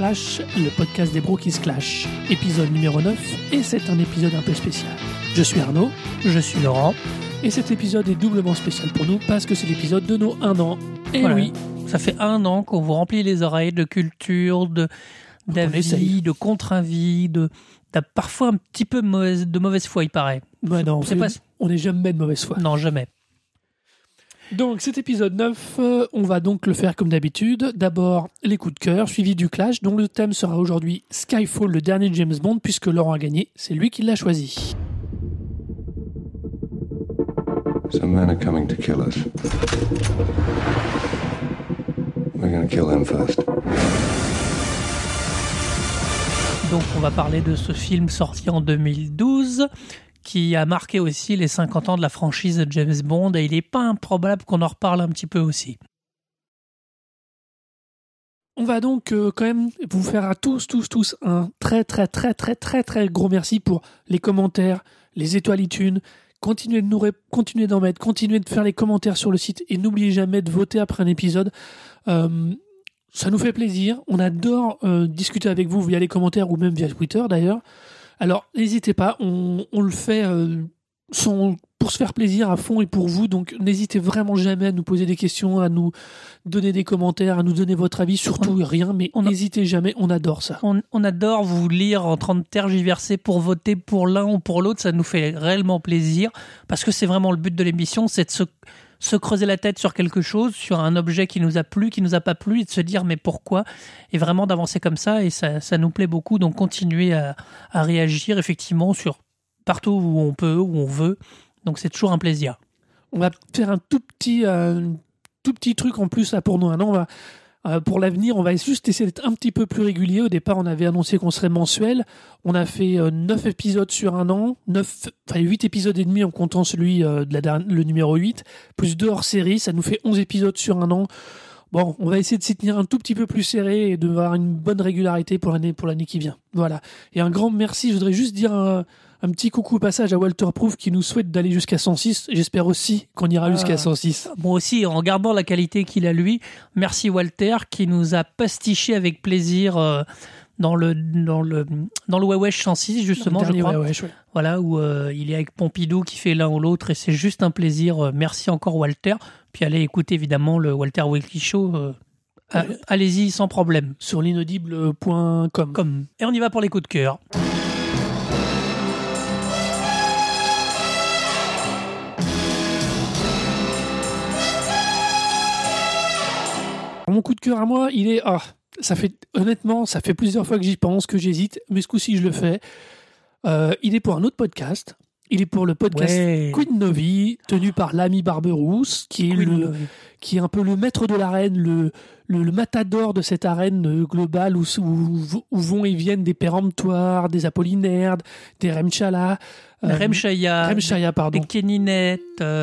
Crash, le podcast des bros qui se clashent, épisode numéro 9, et c'est un épisode un peu spécial. Je suis Arnaud, je suis Laurent, et cet épisode est doublement spécial pour nous parce que c'est l'épisode de nos 1 an. Et voilà. oui, ça fait 1 an qu'on vous remplit les oreilles de culture, d'avis, de contre-avis, de parfois un petit peu de mauvaise foi, il paraît. Ouais, non, on n'est jamais de mauvaise foi. Non, jamais. Donc cet épisode 9, on va donc le faire comme d'habitude. D'abord les coups de cœur, suivi du clash, dont le thème sera aujourd'hui Skyfall, le dernier James Bond, puisque Laurent a gagné, c'est lui qui l'a choisi. Some men are coming to kill us. We're gonna kill them first. Donc on va parler de ce film sorti en 2012, qui a marqué aussi les 50 ans de la franchise de James Bond, et il n'est pas improbable qu'on en reparle un petit peu aussi. On va donc quand même vous faire à tous un très gros merci pour les commentaires, les étoiles iTunes. Continuez d'en mettre, continuez de faire les commentaires sur le site et n'oubliez jamais de voter après un épisode. Ça nous fait plaisir. On adore discuter avec vous via les commentaires ou même via Twitter d'ailleurs. Alors n'hésitez pas, on le fait pour se faire plaisir à fond et pour vous. Donc n'hésitez vraiment jamais à nous poser des questions, à nous donner des commentaires, à nous donner votre avis, surtout rien, mais n'hésitez jamais, on adore ça. On adore vous lire en train de tergiverser pour voter pour l'un ou pour l'autre, ça nous fait réellement plaisir, parce que c'est vraiment le but de l'émission, c'est de se creuser la tête sur quelque chose, sur un objet qui nous a plu, qui nous a pas plu, et de se dire mais pourquoi, et vraiment d'avancer comme ça, et ça nous plaît beaucoup. Donc continuez à réagir effectivement sur partout où on peut, où on veut, donc c'est toujours un plaisir. On va faire un tout petit truc en plus là pour nous. On va, pour l'avenir, on va juste essayer d'être un petit peu plus régulier. Au départ, on avait annoncé qu'on serait mensuel. On a fait 9 épisodes sur 1 an, 8 épisodes et demi en comptant celui le numéro 8, plus 2 hors-série, ça nous fait 11 épisodes sur 1 an. Bon, on va essayer de s'y tenir un tout petit peu plus serré et de avoir une bonne régularité pour l'année qui vient. Voilà. Et un grand merci, je voudrais juste dire un petit coucou au passage à Walter Proof qui nous souhaite d'aller jusqu'à 106. J'espère aussi qu'on ira jusqu'à 106. Moi aussi, en gardant la qualité qu'il a lui. Merci Walter qui nous a pastiché avec plaisir dans le Wewesh 106 justement, je crois. Wewesh, ouais. Voilà, où il est avec Pompidou qui fait l'un ou l'autre et c'est juste un plaisir. Merci encore Walter. Puis allez écouter évidemment le Walter Weekly Show. Allez-y sans problème. Sur l'inaudible.com. Et on y va pour les coups de cœur. Mon coup de cœur à moi, il est... honnêtement, ça fait plusieurs fois que j'y pense, que j'hésite, mais ce coup-ci, je le fais. Il est pour un autre podcast. Il est pour le podcast Queen Novi, tenu par l'ami Barberousse, qui est un peu le maître de l'arène, le matador de cette arène globale où vont et viennent des péremptoires, des apollinaires, des Remchala, Remchaya, pardon. Des Keninette,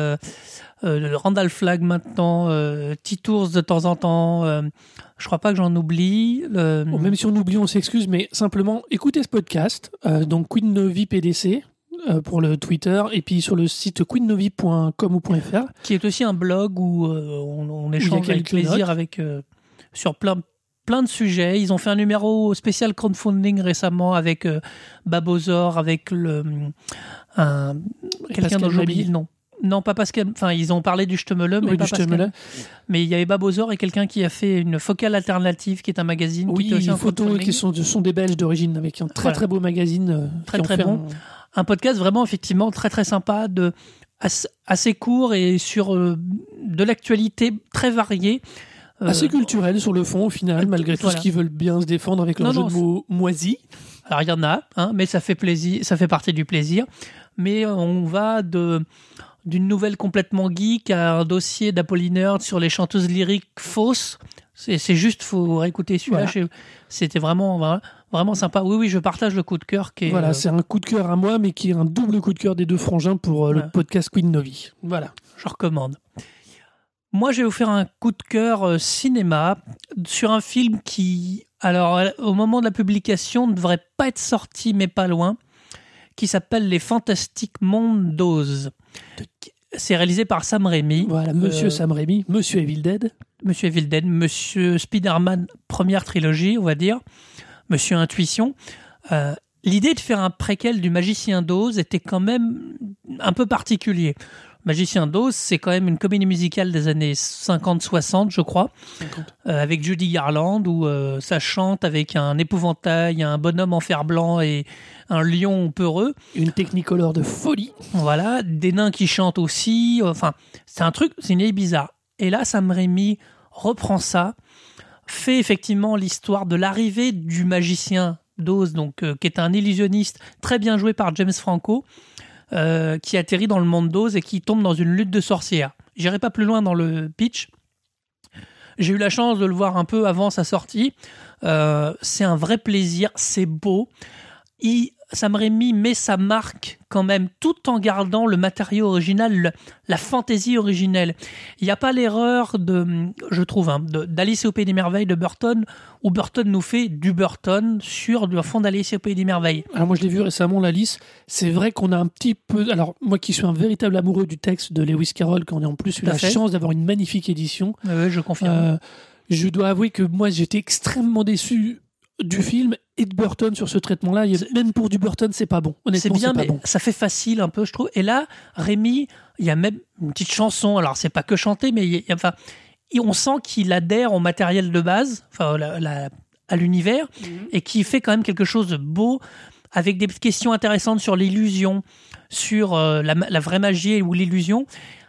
le Randall Flagg maintenant, Titours de temps en temps. Je crois pas que j'en oublie. Bon, même si on oublie, on s'excuse, mais simplement écoutez ce podcast, donc Queen Novi PDC. Pour le Twitter et puis sur le site queennovi.com ou .fr, qui est aussi un blog où on échange avec plaisir sur plein de sujets. Ils ont fait un numéro spécial crowdfunding récemment avec Babozor, avec quelqu'un dont j'oublie le nom. Non, pas Pascal. Enfin, ils ont parlé du Ch'temele, mais pas Pascal. Mais il y avait Babozor et quelqu'un qui a fait une Focale Alternative, qui est un magazine. Oui, qui est aussi une photo qui sont des Belges d'origine, avec un très beau magazine. Très bon. Un podcast vraiment, effectivement, très sympa, assez court et sur de l'actualité très variée. Assez culturel sur le fond, au final, malgré tout ce qu'ils veulent bien se défendre avec leur jeu de mots moisi. Alors, il y en a, mais ça fait plaisir, ça fait partie du plaisir. Mais on va d'une nouvelle complètement geek à un dossier d'Apollinaire sur les chanteuses lyriques fausses. C'est juste, faut réécouter celui-là. Voilà. C'était vraiment sympa. Oui, je partage le coup de cœur. Voilà, c'est un coup de cœur à moi, mais qui est un double coup de cœur des deux frangins pour le podcast Queen Novi. Voilà. Je recommande. Moi, je vais vous faire un coup de cœur cinéma sur un film qui, alors, au moment de la publication, ne devrait pas être sorti, mais pas loin, qui s'appelle Les Fantastiques Mondes d'Oz. C'est réalisé par Sam Raimi. Voilà, Monsieur Sam Raimi, Monsieur Evil Dead. Monsieur Evil Dead, Monsieur Spider-Man, première trilogie, on va dire, Monsieur Intuition. L'idée de faire un préquel du Magicien d'Oz était quand même un peu particulier. Magicien d'Oz, c'est quand même une comédie musicale des années 50-60, je crois, avec Judy Garland, où ça chante avec un épouvantail, un bonhomme en fer blanc et un lion peureux. Une technicolor de folie. Voilà, des nains qui chantent aussi. Enfin, c'est un truc, c'est une idée bizarre. Et là, Sam Raimi reprend ça, fait effectivement l'histoire de l'arrivée du magicien d'Oz, donc qui est un illusionniste très bien joué par James Franco, qui atterrit dans le monde d'Oz et qui tombe dans une lutte de sorcières. J'irai pas plus loin dans le pitch. J'ai eu la chance de le voir un peu avant sa sortie. C'est un vrai plaisir, c'est beau. Sam Raimi met sa marque quand même, tout en gardant le matériau original, la fantaisie originelle. Il n'y a pas l'erreur je trouve, d'Alice au Pays des Merveilles de Burton, où Burton nous fait du Burton sur le fond d'Alice au Pays des Merveilles. Alors moi je l'ai vu récemment, l'Alice. C'est vrai qu'on a un petit peu... Alors moi qui suis un véritable amoureux du texte de Lewis Carroll, qu'on a en plus eu la chance d'avoir une magnifique édition. Oui, je confirme. Je dois avouer que moi j'étais extrêmement déçu du film et de Burton sur ce traitement-là. Même pour du Burton, c'est pas bon. Honnêtement, c'est bien, pas mais bon. Ça fait facile un peu, je trouve. Et là, Raimi, il y a même une petite chanson. Alors, c'est pas que chanter, mais on sent qu'il adhère au matériel de base, enfin, à l'univers, et qui fait quand même quelque chose de beau, avec des questions intéressantes sur l'illusion, sur la vraie magie ou l'illusion.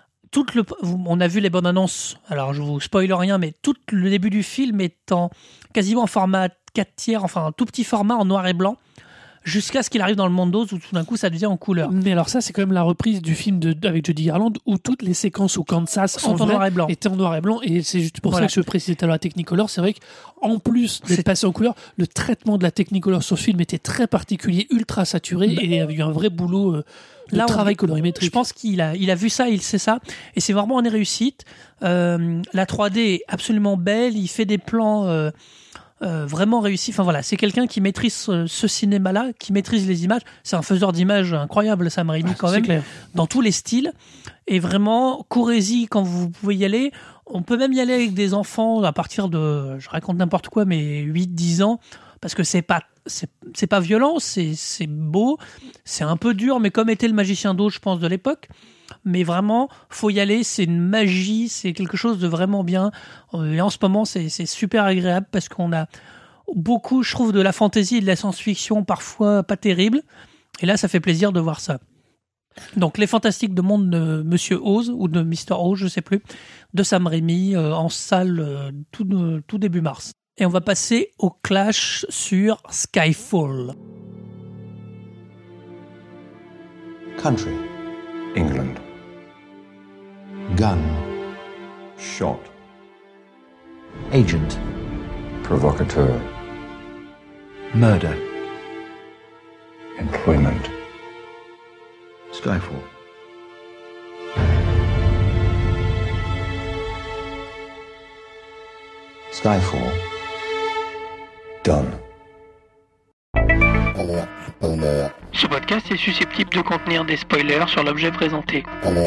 On a vu les bandes annonces, alors je vous spoil rien, mais tout le début du film est quasiment en format 4/3, enfin un tout petit format en noir et blanc, jusqu'à ce qu'il arrive dans le monde d'Oz où tout d'un coup ça devient en couleur. Mais alors ça, c'est quand même la reprise du film avec Judy Garland où toutes les séquences au Kansas sont en noir et blanc. Étaient en noir et blanc, et c'est juste pour ça que je précisais tout à l'heure la Technicolor. C'est vrai qu'en plus d'être passé en couleur, le traitement de la Technicolor sur ce film était très particulier, ultra saturé, et il y a eu un vrai boulot de travail colorimétrique. Je pense qu'il a vu ça, il sait ça, et c'est vraiment une réussite. La 3D est absolument belle, il fait des plans vraiment réussi. Enfin voilà, c'est quelqu'un qui maîtrise ce cinéma-là, qui maîtrise les images. C'est un faiseur d'images incroyable, Sam Raimi, quand même, clair. Dans tous les styles. Et vraiment, courez-y quand vous pouvez y aller. On peut même y aller avec des enfants à partir de, je raconte n'importe quoi, mais 8-10 ans, parce que c'est pas violent, c'est beau, c'est un peu dur, mais comme était le Magicien d'Oz, je pense, de l'époque. Mais vraiment, faut y aller, c'est une magie, c'est quelque chose de vraiment bien. Et en ce moment, c'est super agréable parce qu'on a beaucoup, je trouve, de la fantaisie et de la science-fiction, parfois pas terrible. Et là, ça fait plaisir de voir ça. Donc, Les Fantastiques de Monde de Monsieur Oz, ou de Mr. Oz, je sais plus, de Sam Raimi, en salle tout début mars. Et on va passer au clash sur Skyfall. Country. England. Gun. Shot. Agent. Provocateur. Murder. Employment. Skyfall. Skyfall. Done. Ce podcast est susceptible de contenir des spoilers sur l'objet présenté.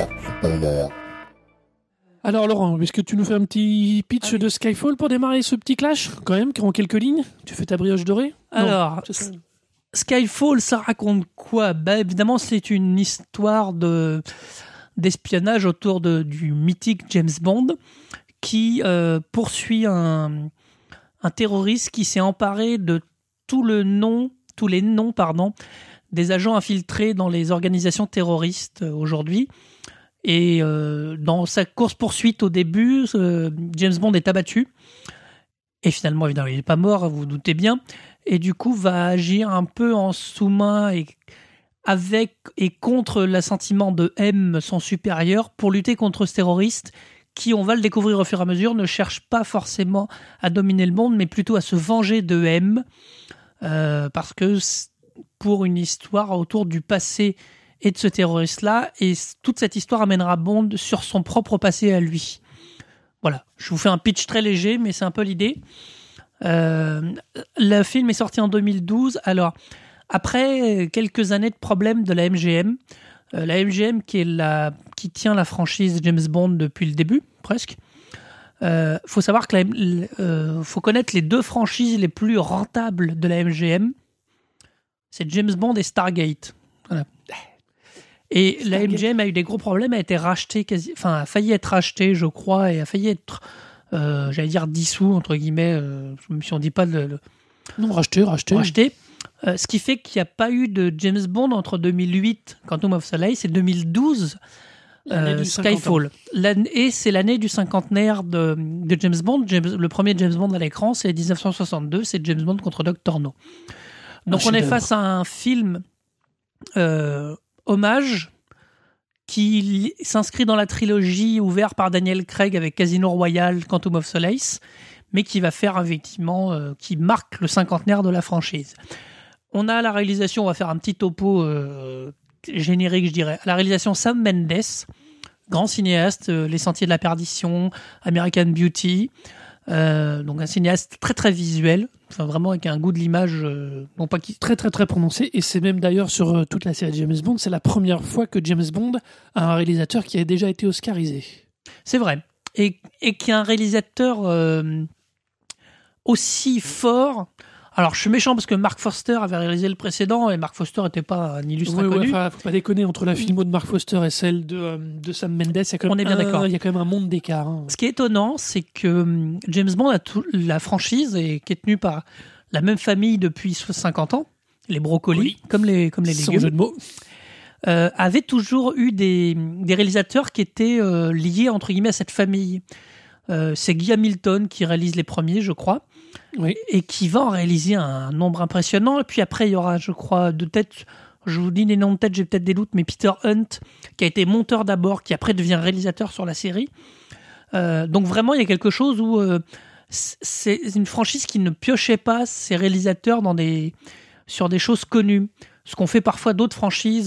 Alors Laurent, est-ce que tu nous fais un petit pitch de Skyfall pour démarrer ce petit clash, quand même, en quelques lignes? Tu fais ta brioche dorée? Alors, Skyfall, ça raconte quoi? Évidemment, c'est une histoire d'espionnage autour du mythique James Bond qui poursuit un terroriste qui s'est emparé de tous les noms des agents infiltrés dans les organisations terroristes aujourd'hui. Et dans sa course-poursuite au début, James Bond est abattu. Et finalement, évidemment, il n'est pas mort, vous vous doutez bien. Et du coup, va agir un peu en sous-main avec et contre l'assentiment de M, son supérieur, pour lutter contre ce terroriste qui, on va le découvrir au fur et à mesure, ne cherche pas forcément à dominer le monde, mais plutôt à se venger de M. Parce que pour une histoire autour du passé et de ce terroriste-là, et toute cette histoire amènera Bond sur son propre passé à lui. Voilà, je vous fais un pitch très léger, mais c'est un peu l'idée. Le film est sorti en 2012, alors après quelques années de problèmes de la MGM, qui tient la franchise James Bond depuis le début, presque, Faut savoir que faut connaître les 2 franchises les plus rentables de la MGM. C'est James Bond et Stargate. Voilà. Et la MGM a eu des gros problèmes, a été rachetée, a failli être rachetée, je crois, et a failli être, j'allais dire, dissous, entre guillemets, même si on ne dit pas Non, racheté. Ce qui fait qu'il n'y a pas eu de James Bond entre 2008, Quantum of Solace, et 2012, Skyfall. Et c'est l'année du cinquantenaire de James Bond. Le premier James Bond à l'écran, c'est 1962, c'est James Bond contre Dr. No. Donc on est face à un film hommage qui s'inscrit dans la trilogie ouverte par Daniel Craig avec Casino Royale, Quantum of Solace, mais qui va faire effectivement, qui marque le cinquantenaire de la franchise. On a à la réalisation, on va faire un petit topo générique, je dirais. À la réalisation, Sam Mendes, grand cinéaste, Les Sentiers de la Perdition, American Beauty, donc un cinéaste très très visuel, enfin vraiment avec un goût de l'image, non pas qui très très très prononcé. Et c'est même d'ailleurs sur toute la série de James Bond, c'est la première fois que James Bond a un réalisateur qui a déjà été oscarisé. C'est vrai, et qui est un réalisateur aussi fort. Alors, je suis méchant parce que Mark Foster avait réalisé le précédent et Mark Foster n'était pas un illustre inconnu. Faut pas déconner, entre la filmo de Mark Foster et celle de Sam Mendes, il y a quand même il y a quand même un monde d'écart. Hein. Ce qui est étonnant, c'est que James Bond la franchise qui est tenue par la même famille depuis 50 ans, les brocolis, comme les légumes. Sans jeu de mots. Avait toujours eu des réalisateurs qui étaient liés, entre guillemets, à cette famille. C'est Guy Hamilton qui réalise les premiers, je crois. Oui. Et qui va en réaliser un nombre impressionnant. Et puis après, il y aura, je crois, de tête, je vous dis les noms de tête, j'ai peut-être des doutes, mais Peter Hunt, qui a été monteur d'abord, qui après devient réalisateur sur la série. Donc vraiment, il y a quelque chose où c'est une franchise qui ne piochait pas ses réalisateurs sur des choses connues. Ce qu'on fait parfois d'autres franchises.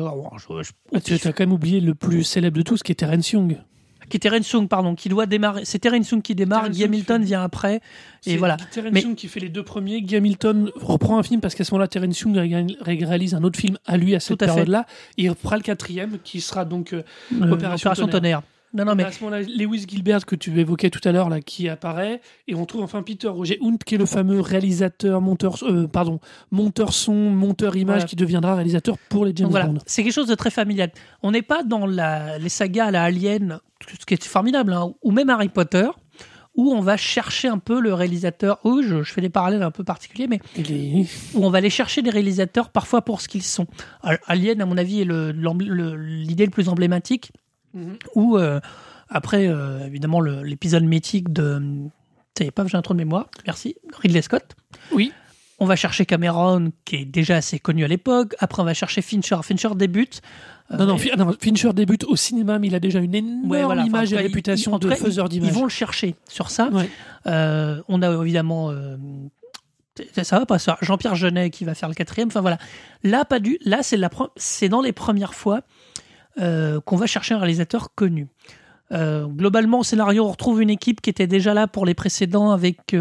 Tu as quand même oublié le plus célèbre de tous, qui est Terence Young. Qui est Terence Young, pardon, qui doit démarrer. C'est Terence Young qui démarre, Guy Hamilton vient après. Et voilà. Terence Young qui fait les 2 premiers. Guy Hamilton reprend un film parce qu'à ce moment-là, Terence Young réalise un autre film à lui à cette période-là. Il reprend le 4e qui sera donc Opération Tonnerre. Non, mais à ce moment-là, Lewis Gilbert que tu évoquais tout à l'heure là, qui apparaît, et on trouve enfin Peter Roger Hunt qui est le fameux réalisateur, monteur son, monteur image, voilà, qui deviendra réalisateur pour les James Bond. C'est quelque chose de très familial. On n'est pas dans les sagas à la Alien, ce qui est formidable, hein, ou même Harry Potter, où on va chercher un peu le réalisateur. Je fais des parallèles un peu particuliers, mais où on va aller chercher des réalisateurs parfois pour ce qu'ils sont. Alien, à mon avis, est l'idée le plus emblématique. Ou après évidemment l'épisode mythique de j'ai un trou de mémoire, merci, Ridley Scott. Oui. On va chercher Cameron qui est déjà assez connu à l'époque. Après on va chercher Fincher débute. Fincher débute au cinéma, mais il a déjà une énorme image et réputation de faiseur d'images. Ils vont le chercher sur ça. Ouais. On a évidemment ça va pas ça, Jean-Pierre Jeunet qui va faire le 4e. Enfin voilà, là c'est dans les premières fois qu'on va chercher un réalisateur connu. Globalement, au scénario, on retrouve une équipe qui était déjà là pour les précédents avec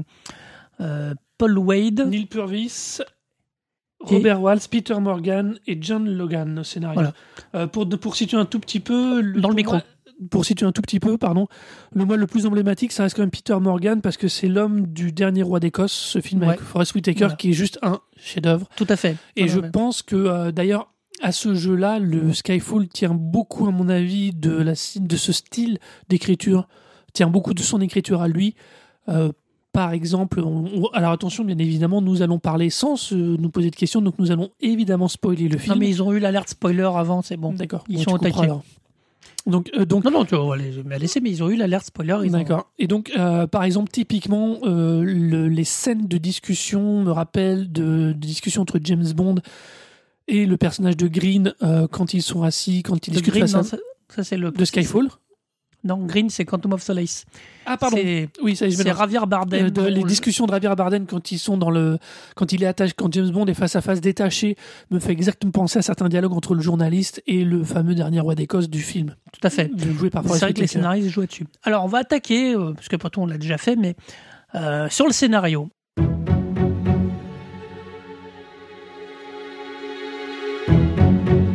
Paul Wade, Neil Purvis, Robert Waltz, Peter Morgan et John Logan au scénario. Voilà. Pour situer un tout petit peu... Pour situer un tout petit peu, le plus emblématique, ça reste quand même Peter Morgan, parce que c'est l'homme du Dernier Roi d'Écosse, ce film avec Forest Whitaker, qui est juste un chef-d'œuvre. Tout à fait. Et je pense que, d'ailleurs, à ce jeu-là, le Skyfall tient beaucoup, à mon avis, de ce style d'écriture, tient beaucoup de son écriture à lui. Par exemple, alors attention, bien évidemment, nous allons parler sans nous poser de questions, donc nous allons évidemment spoiler le film. Non, mais ils ont eu l'alerte spoiler avant, c'est bon. D'accord. Ils sont au taquet. Donc, non, tu vas les laisser, mais ils ont eu l'alerte spoiler. D'accord. Et donc, par exemple, typiquement, les scènes de discussion me rappellent de discussions entre James Bond et le personnage de Green quand ils sont assis, quand ils discutent face à... Ça c'est le... De Skyfall. Non, Green, c'est Quantum of Solace. Ah, pardon. C'est Javier Bardem. Les discussions de Javier Bardem quand ils sont quand James Bond est face à face détaché, me fait exactement penser à certains dialogues entre le journaliste et le fameux Dernier Roi d'Écosse du film. Tout à fait. C'est vrai que les scénaristes jouent dessus. Alors, on va attaquer, parce que pourtant on l'a déjà fait, mais sur le scénario.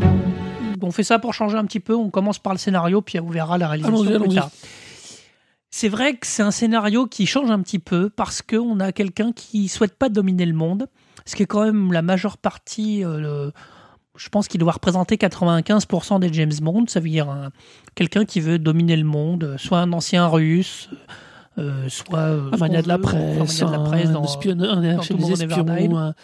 On fait ça pour changer un petit peu. On commence par le scénario, puis on verra la réalisation plus tard. C'est vrai que c'est un scénario qui change un petit peu parce qu'on a quelqu'un qui souhaite pas dominer le monde, ce qui est quand même la majeure partie. Je pense qu'il doit représenter 95% des James Bond. Ça veut dire quelqu'un qui veut dominer le monde, soit un ancien russe, soit un mania de la presse, un espionneur chez les espions,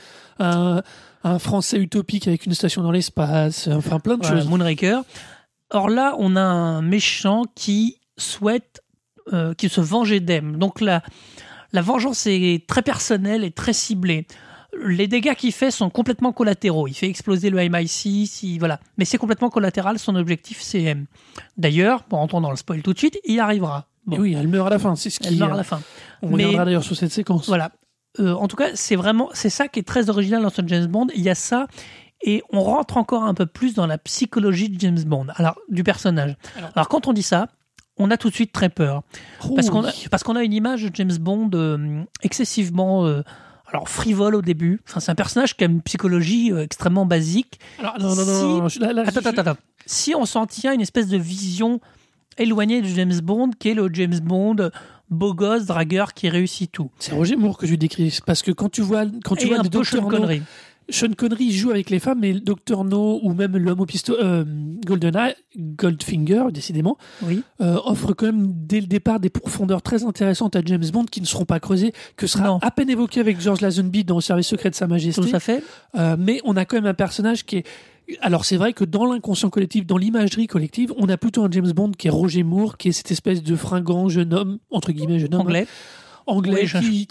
un Français utopique avec une station dans l'espace, enfin plein de choses. Moonraker. Or là, on a un méchant qui souhaite qui se venger d'M. Donc la vengeance est très personnelle et très ciblée. Les dégâts qu'il fait sont complètement collatéraux. Il fait exploser le MI6, voilà. Mais c'est complètement collatéral. Son objectif, c'est M. D'ailleurs, pour rentrer dans le spoil tout de suite, il y arrivera. Bon. Oui, elle meurt à la fin. C'est ce elle meurt à la fin. On reviendra d'ailleurs sur cette séquence. Voilà. En tout cas, c'est ça qui est très original dans ce James Bond. Il y a ça. Et on rentre encore un peu plus dans la psychologie de James Bond. Alors, du personnage. Alors quand on dit ça, on a tout de suite très peur. Parce qu'on a une image de James Bond excessivement frivole au début. Enfin, c'est un personnage qui a une psychologie extrêmement basique. Alors, non. Attends. Si on s'en tient à une espèce de vision éloignée de James Bond, qui est le James Bond beau gosse, dragueur, qui réussit tout. C'est Roger Moore que je décris. Parce que quand tu vois un peu Sean Connery. Sean Connery joue avec les femmes, mais Dr No ou même l'homme au pistolet, Goldfinger, décidément, oui. Offre quand même dès le départ des profondeurs très intéressantes à James Bond qui ne seront pas creusées, que sera à peine évoqué avec George Lazenby dans Le Service secret de Sa Majesté. Tout à fait. Mais on a quand même un personnage qui est... Alors c'est vrai que dans l'inconscient collectif, dans l'imagerie collective, on a plutôt un James Bond qui est Roger Moore, qui est cette espèce de fringant jeune homme, entre guillemets jeune homme, anglais qui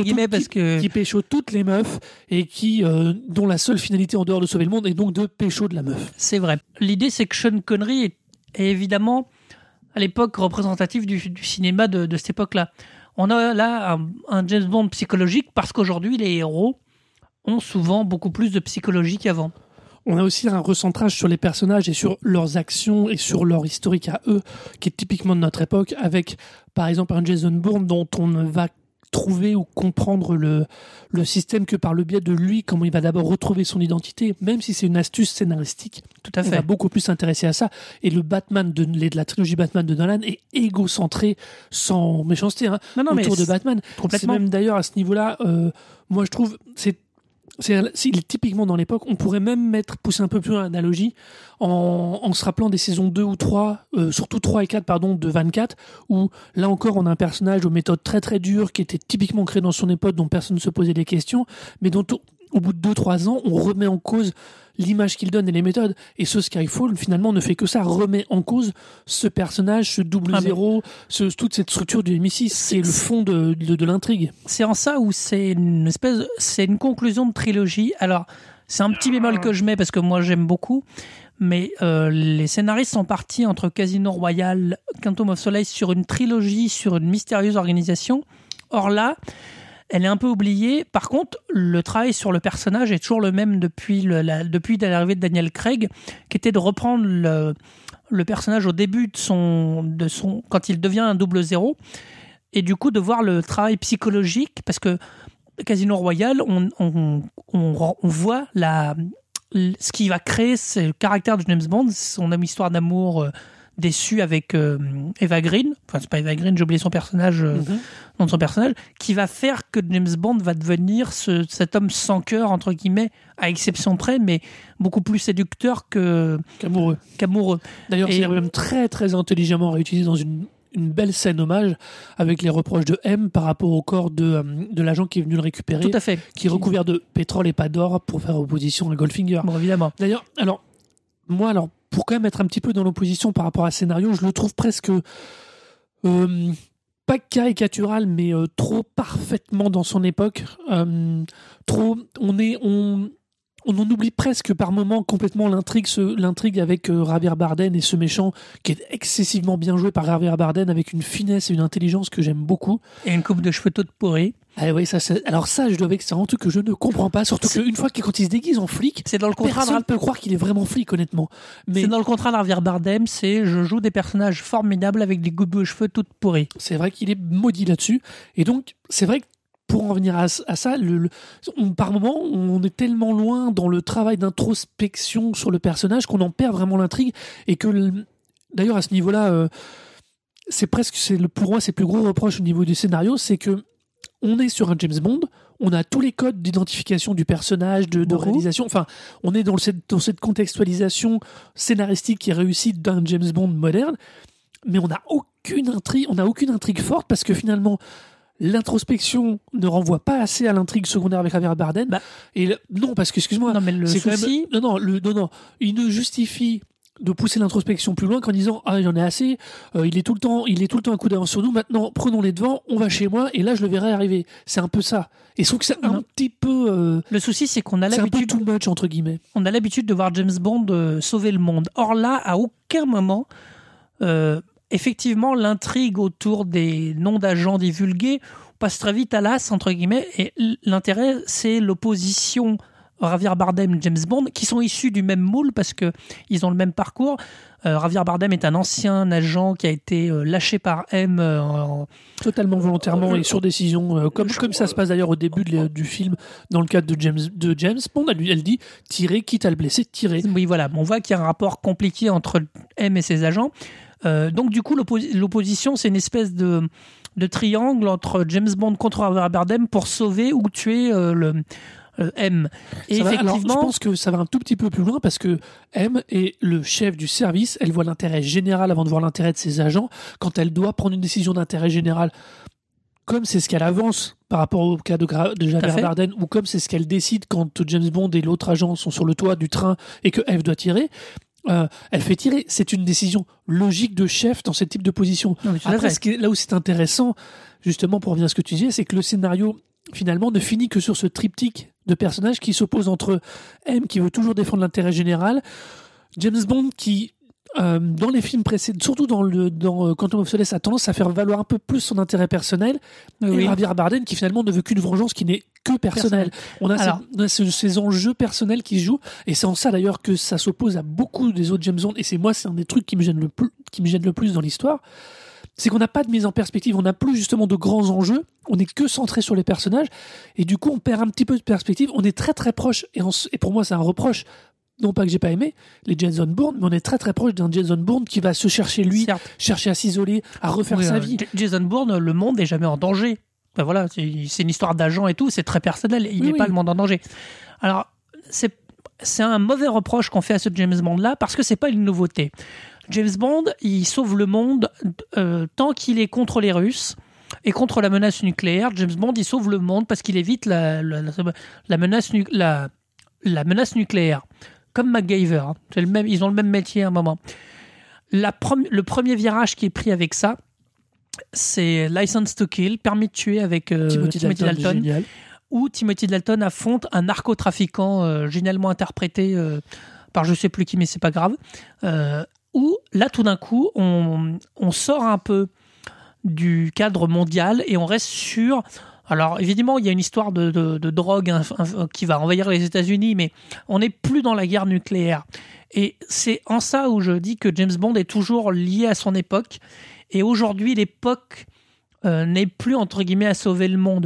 pécho toutes les meufs et dont la seule finalité en dehors de sauver le monde est donc de pécho de la meuf. C'est vrai. L'idée, c'est que Sean Connery est évidemment à l'époque représentatif du cinéma de cette époque-là. On a là un James Bond psychologique parce qu'aujourd'hui, les héros ont souvent beaucoup plus de psychologie qu'avant. On a aussi un recentrage sur les personnages et sur leurs actions et sur leur historique à eux, qui est typiquement de notre époque, avec par exemple un Jason Bourne dont on ne va trouver ou comprendre le système que par le biais de lui, comment il va d'abord retrouver son identité, même si c'est une astuce scénaristique. Tout à fait. On va beaucoup plus s'intéresser à ça. Et le Batman de la trilogie Batman de Nolan est égocentré, sans méchanceté, autour de Batman. Complètement. C'est même d'ailleurs à ce niveau-là, moi je trouve, s'il est typiquement dans l'époque, on pourrait même pousser un peu plus l'analogie en se rappelant des saisons 2 ou 3, surtout 3 et 4, de 24, où là encore on a un personnage aux méthodes très très dures qui était typiquement créé dans son époque, dont personne ne se posait des questions, mais dont au bout de 2-3 ans, on remet en cause l'image qu'il donne et les méthodes. Et ce Skyfall, finalement, ne fait que ça, remet en cause ce personnage, ce double zéro, toute cette structure du MI6. C'est le fond de l'intrigue. C'est en ça où c'est une conclusion de trilogie. Alors, c'est un petit bémol que je mets parce que moi j'aime beaucoup, mais les scénaristes sont partis entre Casino Royale, Quantum of Solace sur une trilogie, sur une mystérieuse organisation. Or là, elle est un peu oubliée. Par contre, le travail sur le personnage est toujours le même depuis l'arrivée de Daniel Craig, qui était de reprendre le personnage au début de son quand il devient un 00, et du coup de voir le travail psychologique, parce que Casino Royale, on voit ce qui va créer, c'est le caractère de James Bond, son histoire d'amour déçu avec Eva Green, enfin c'est pas Eva Green, j'ai oublié son personnage, nom de son personnage, qui va faire que James Bond va devenir cet homme sans cœur, entre guillemets, à exception près, mais beaucoup plus séducteur qu'amoureux. D'ailleurs, c'est même très très intelligemment réutilisé dans une belle scène hommage avec les reproches de M par rapport au corps de l'agent qui est venu le récupérer. Tout à fait. Qui est recouvert de pétrole et pas d'or pour faire opposition à Goldfinger. Bon, évidemment. D'ailleurs, pour quand même être un petit peu dans l'opposition par rapport à ce scénario, je le trouve presque pas caricatural, mais trop parfaitement dans son époque. On en oublie presque par moments complètement l'intrigue avec Javier Bardem et ce méchant qui est excessivement bien joué par Javier Bardem avec une finesse et une intelligence que j'aime beaucoup. Et une coupe de cheveux toute pourrie. Ah oui, alors ça, je dois avouer que c'est un truc que je ne comprends pas, surtout qu'une fois quand il se déguise en flic, c'est dans le contrat personne ne peut croire qu'il est vraiment flic, honnêtement. Mais c'est dans le contrat de Javier Bardem, je joue des personnages formidables avec des coupes de cheveux toutes pourries. C'est vrai qu'il est maudit là-dessus, et donc c'est vrai que pour en venir à ça, par moments, on est tellement loin dans le travail d'introspection sur le personnage qu'on en perd vraiment l'intrigue, et que d'ailleurs à ce niveau-là, pour moi, c'est le plus gros reproche au niveau du scénario, c'est que on est sur un James Bond, on a tous les codes d'identification du personnage, de réalisation. Enfin, on est dans cette contextualisation scénaristique qui est réussie d'un James Bond moderne, mais on n'a aucune intrigue forte parce que finalement, l'introspection ne renvoie pas assez à l'intrigue secondaire avec Javier Bardem. Non, parce que, excuse-moi, Non, mais le c'est quand souci... même... Non, il ne justifie de pousser l'introspection plus loin qu'en disant « Ah, il y en a assez, il est tout le temps un coup d'avance sur nous, maintenant prenons les devants, on va chez moi, et là je le verrai arriver. » C'est un peu ça. Et je trouve que c'est un petit peu... Le souci, c'est qu'on a c'est l'habitude... un peu too much, entre guillemets. On a l'habitude de voir James Bond sauver le monde. Or là, à aucun moment, effectivement, l'intrigue autour des noms d'agents divulgués passe très vite à l'as, entre guillemets, et l'intérêt, c'est l'opposition Javier Bardem, James Bond, qui sont issus du même moule parce qu'ils ont le même parcours. Javier Bardem est un ancien agent qui a été lâché par M. Totalement volontairement et sur décision, comme ça se passe d'ailleurs au début du film, dans le cadre de James Bond. Elle dit « Tirez, quitte à le blesser, tirez ». Oui, voilà. On voit qu'il y a un rapport compliqué entre M et ses agents. Donc du coup, l'opposition, c'est une espèce de triangle entre James Bond contre Javier Bardem pour sauver ou tuer le M. Et effectivement, je pense que ça va un tout petit peu plus loin parce que M est le chef du service. Elle voit l'intérêt général avant de voir l'intérêt de ses agents. Quand elle doit prendre une décision d'intérêt général, comme c'est ce qu'elle avance par rapport au cas de Javier Bardem, ou comme c'est ce qu'elle décide quand James Bond et l'autre agent sont sur le toit du train et que F doit tirer, elle fait tirer. C'est une décision logique de chef dans ce type de position. Après, là où c'est intéressant, justement, pour revenir à ce que tu disais, c'est que le scénario finalement ne finit que sur ce triptyque de personnages qui s'opposent entre M qui veut toujours défendre l'intérêt général, James Bond qui dans les films précédents, surtout dans Quantum of Solace, a tendance à faire valoir un peu plus son intérêt personnel, et Javier Bardem qui finalement ne veut qu'une vengeance qui n'est que personnelle. On a ces enjeux personnels qui se jouent, et c'est en ça d'ailleurs que ça s'oppose à beaucoup des autres James Bond, et c'est un des trucs qui me gêne le plus dans l'histoire. C'est qu'on n'a pas de mise en perspective, on n'a plus justement de grands enjeux, on n'est que centré sur les personnages, et du coup on perd un petit peu de perspective, on est très très proche, et pour moi c'est un reproche, non pas que j'ai pas aimé, les Jason Bourne, mais on est très très proche d'un Jason Bourne qui va se chercher lui, chercher à s'isoler, à refaire sa vie. Jason Bourne, le monde n'est jamais en danger. Ben voilà, c'est une histoire d'agent et tout, c'est très personnel, il n'est pas le monde en danger. Alors, c'est un mauvais reproche qu'on fait à ce James Bond-là, parce que c'est pas une nouveauté. James Bond, il sauve le monde tant qu'il est contre les Russes et contre la menace nucléaire. James Bond, il sauve le monde parce qu'il évite la menace nucléaire. Comme MacGyver. C'est le même, ils ont le même métier à un moment. Le premier virage qui est pris avec ça, c'est License to Kill, permis de tuer avec Timothy Dalton. Où Timothy Dalton affronte un narcotrafiquant génialement interprété par je sais plus qui, mais c'est pas grave. Où là, tout d'un coup, on sort un peu du cadre mondial et on reste sur... Alors, évidemment, il y a une histoire de drogue qui va envahir les États-Unis, mais on n'est plus dans la guerre nucléaire. Et c'est en ça où je dis que James Bond est toujours lié à son époque. Et aujourd'hui, l'époque n'est plus, entre guillemets, à sauver le monde.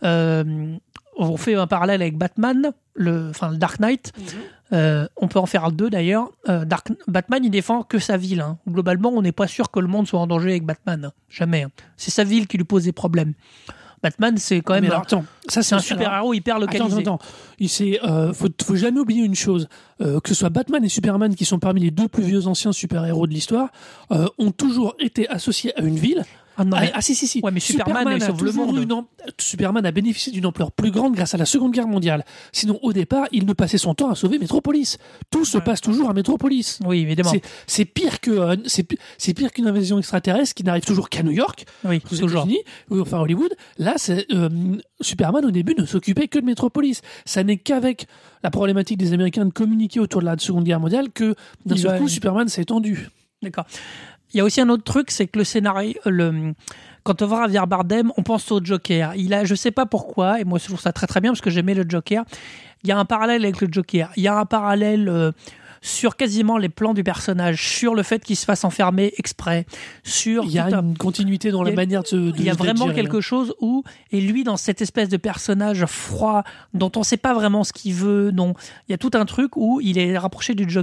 On fait un parallèle avec Batman, le Dark Knight. On peut en faire deux d'ailleurs. Batman, il défend que sa ville. Hein. Globalement, on n'est pas sûr que le monde soit en danger avec Batman. Hein. Jamais. Hein. C'est sa ville qui lui pose des problèmes. Batman, c'est quand même c'est un super-héros hyper localisé. Il faut jamais oublier une chose, que ce soit Batman et Superman, qui sont parmi les deux plus vieux anciens super-héros de l'histoire, ont toujours été associés à une ville. Si. Ouais, mais Superman il sauve le monde. Superman a bénéficié d'une ampleur plus grande grâce à la Seconde Guerre mondiale. Sinon, au départ, il ne passait son temps à sauver Metropolis. Tout se passe toujours à Metropolis. Oui, évidemment. C'est pire qu'une invasion extraterrestre qui n'arrive toujours qu'à New York, aux États-Unis, enfin Hollywood. Là, Superman au début ne s'occupait que de Metropolis. Ça n'est qu'avec la problématique des Américains de communiquer autour de la Seconde Guerre mondiale que d'un seul coup Superman s'est étendu. D'accord. Il y a aussi un autre truc, c'est que le scénario, quand on voit Javier Bardem, on pense au Joker. Je sais pas pourquoi, et moi je trouve ça très très bien parce que j'aimais le Joker. Il y a un parallèle avec le Joker. Il y a un parallèle sur quasiment les plans du personnage, sur le fait qu'il se fasse enfermer exprès. Il y a une continuité dans la manière de il y a vraiment quelque chose où, et lui dans cette espèce de personnage froid dont on sait pas vraiment ce qu'il veut, il y a tout un truc où il est rapproché du Joker. Donc pareil, on a des méchants qui ont presque une justification. James Bond, il est toujours dans cette espèce de position de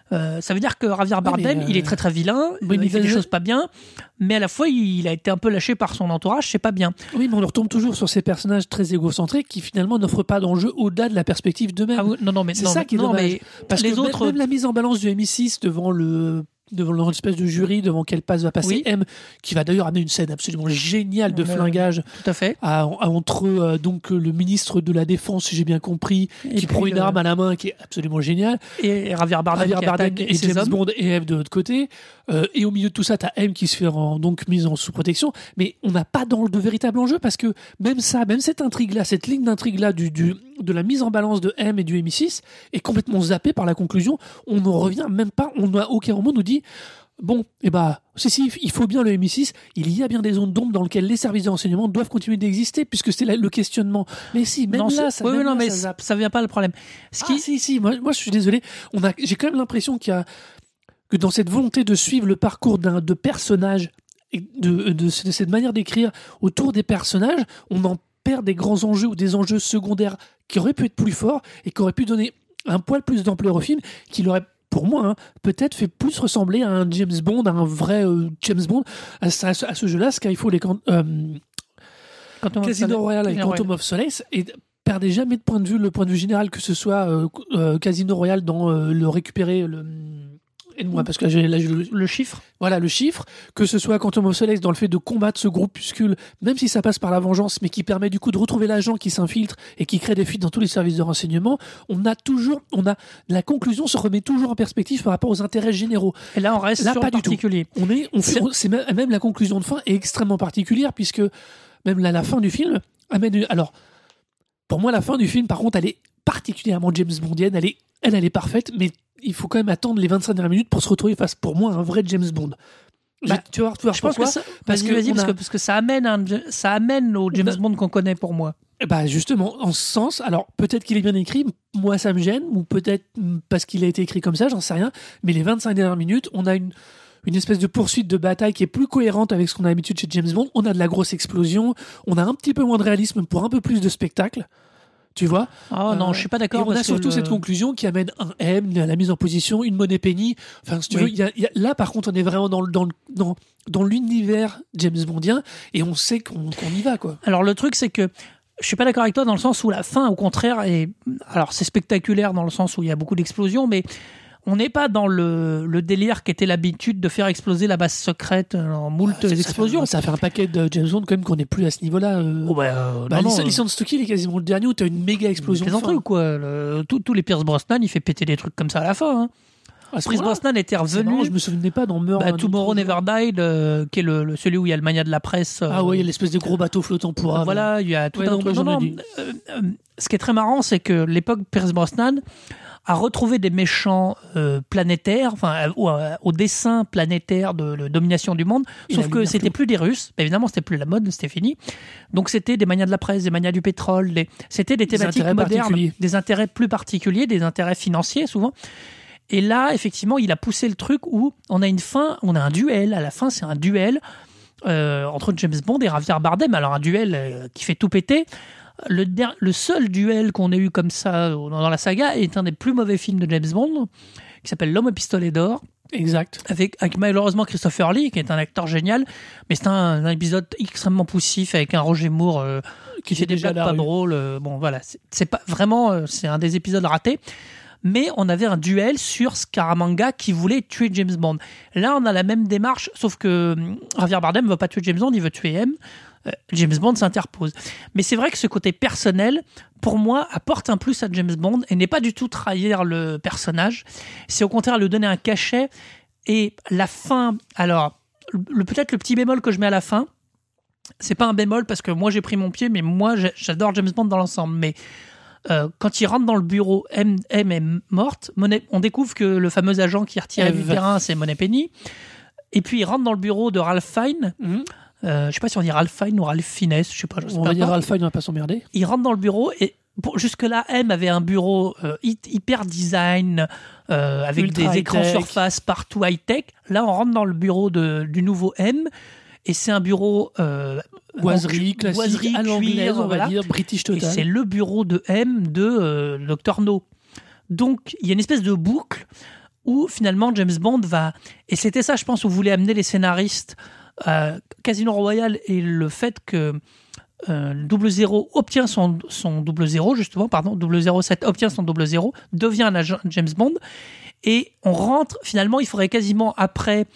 Ça veut dire que Javier Bardem, il est très très vilain, il fait des choses pas bien, mais à la fois il a été un peu lâché par son entourage, c'est pas bien. Oui, mais on retombe toujours sur ces personnages très égocentriques qui finalement n'offrent pas d'enjeu au-delà de la perspective d'eux-mêmes. Ah oui, non, mais c'est ça qui est dommage. Parce les que autres, même la mise en balance du MI6 devant leur espèce de jury devant quel va passer M, qui va d'ailleurs amener une scène absolument géniale de flingage tout à fait. entre donc le ministre de la Défense, si j'ai bien compris, qui prend une arme à la main, qui est absolument génial, et Javier Bardem et James Bond et M de l'autre côté, et au milieu de tout ça t'as M qui se fait donc mise en sous protection, mais on n'a pas de véritable enjeu, parce que même cette intrigue là, cette ligne d'intrigue là de la mise en balance de M et du MI6 est complètement zappée par la conclusion. On n'en revient même pas, on n'a aucun moment nous dit bon, si, il faut bien le MI6, il y a bien des zones d'ombre dans lesquelles les services de renseignement doivent continuer d'exister, puisque c'est le questionnement. Mais si, même là, ça zappe. Ça vient pas le problème. Si, moi je suis désolé, j'ai quand même l'impression que dans cette volonté de suivre le parcours de personnages, et de cette manière d'écrire autour des personnages, on en perd des grands enjeux ou des enjeux secondaires qui auraient pu être plus forts et qui auraient pu donner un poil plus d'ampleur au film, qui l'aurait, pour moi, peut-être fait plus ressembler à un James Bond, à un vrai James Bond, à ce jeu-là, Skyfall et Casino Royale et Quantum of Solace, et perdez jamais le point de vue général, que ce soit Casino Royale dans le récupérer aide-moi, parce que là, le chiffre. Voilà, le chiffre. Que ce soit Quantum of Solace dans le fait de combattre ce groupuscule, même si ça passe par la vengeance, mais qui permet du coup de retrouver l'agent qui s'infiltre et qui crée des fuites dans tous les services de renseignement. La conclusion se remet toujours en perspective par rapport aux intérêts généraux. Et là, on reste sur pas le particulier. Même la conclusion de fin est extrêmement particulière, puisque même là, la fin du film amène. Alors, pour moi, la fin du film, par contre, elle est particulièrement James Bondienne. Elle est parfaite, mais il faut quand même attendre les 25 dernières minutes pour se retrouver face, pour moi, à un vrai James Bond. Tu vas voir je pense que parce que ça amène au James Bond qu'on connaît, pour moi. Justement, en ce sens, alors peut-être qu'il est bien écrit, moi ça me gêne, ou peut-être parce qu'il a été écrit comme ça, j'en sais rien, mais les 25 dernières minutes, on a une espèce de poursuite de bataille qui est plus cohérente avec ce qu'on a l'habitude chez James Bond. On a de la grosse explosion, on a un petit peu moins de réalisme pour un peu plus de spectacle. Tu vois ? Non, je suis pas d'accord. Et on a surtout cette conclusion qui amène un M, la mise en position, une money penny. Enfin, si tu veux, là, par contre, on est vraiment dans l'univers James Bondien, et on sait qu'on y va, quoi. Alors, le truc, c'est que je suis pas d'accord avec toi dans le sens où la fin, au contraire, alors c'est spectaculaire dans le sens où il y a beaucoup d'explosions, mais on n'est pas dans le délire qu'était l'habitude de faire exploser la base secrète en moult explosions. Ça fait un paquet de James Bond quand même qu'on n'est plus à ce niveau-là. Licence to Kill est quasiment le dernier où tu as une méga explosion. C'est un truc, quoi. Tous les Pierce Brosnan, il fait péter des trucs comme ça à la fin. Hein. Pierce Brosnan était revenu. Je me souvenais pas dans Tomorrow Never Died, qui est celui où il y a le mania de la presse. Il y a l'espèce de gros bateau flottant pour. Voilà, il y a tout un truc. Ce qui est très marrant, c'est que l'époque Pierce Brosnan a retrouvé des méchants planétaires, au dessin planétaire de domination du monde, sauf que c'était plus des Russes, évidemment c'était plus la mode, c'était fini, donc c'était des manias de la presse, des manias du pétrole, c'était des thématiques modernes, des intérêts plus particuliers, des intérêts financiers souvent, et là effectivement il a poussé le truc où on a une fin, on a un duel, à la fin c'est un duel entre James Bond et Javier Bardem, alors un duel qui fait tout péter. Le seul duel qu'on ait eu comme ça dans la saga est un des plus mauvais films de James Bond, qui s'appelle L'Homme au pistolet d'or. Exact. Avec malheureusement Christopher Lee, qui est un acteur génial, mais c'est un épisode extrêmement poussif avec un Roger Moore qui fait des blagues pas drôles. Bon, voilà, c'est pas vraiment, c'est un des épisodes ratés. Mais on avait un duel sur Scaramanga qui voulait tuer James Bond. Là, on a la même démarche, sauf que Javier Bardem ne veut pas tuer James Bond, il veut tuer M. James Bond s'interpose. Mais c'est vrai que ce côté personnel, pour moi, apporte un plus à James Bond et n'est pas du tout trahir le personnage. C'est au contraire lui donner un cachet. Et la fin, alors, peut-être le petit bémol que je mets à la fin, c'est pas un bémol parce que moi j'ai pris mon pied, mais moi j'adore James Bond dans l'ensemble. Mais quand il rentre dans le bureau, M est morte. On découvre que le fameux agent qui retire du terrain, c'est Money Penny. Et puis il rentre dans le bureau de Ralph Fiennes. Je sais pas si on dit Ralph Fiennes ou Ralph Fiennes, je sais pas. On va dire Ralph Fiennes, on va pas s'emmerder. Il rentre dans le bureau et jusque-là, M avait un bureau hyper design, avec ultra des écrans surface partout high-tech. Là, on rentre dans le bureau du nouveau M et c'est un bureau boiserie, classique, à l'anglaise, on va dire, British total. Et c'est le bureau de M de Dr No. Donc, il y a une espèce de boucle où finalement James Bond va... Et c'était ça, je pense, où voulaient amener les scénaristes. Casino Royale et le fait que 00 obtient son 00, justement, 007 obtient son 00, devient un agent James Bond, et on rentre, finalement, il faudrait quasiment, après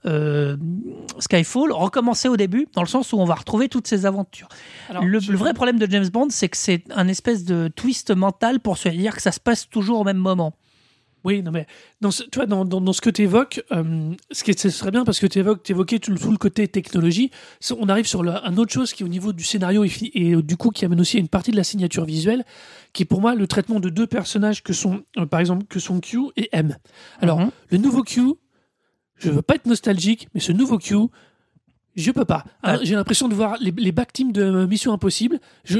Skyfall, recommencer au début, dans le sens où on va retrouver toutes ces aventures. Alors, le vrai problème de James Bond, c'est que c'est un espèce de twist mental pour se dire que ça se passe toujours au même moment. Oui, non, mais dans ce que tu évoques, ce serait bien parce que tu évoquais tout le côté technologie. On arrive sur un autre chose qui est au niveau du scénario et du coup qui amène aussi à une partie de la signature visuelle, qui est pour moi le traitement de deux personnages que sont, par exemple, que sont Q et M. Alors, le nouveau Q, je veux pas être nostalgique, mais ce nouveau Q, je peux pas. Hein, j'ai l'impression de voir les back teams de Mission Impossible. Je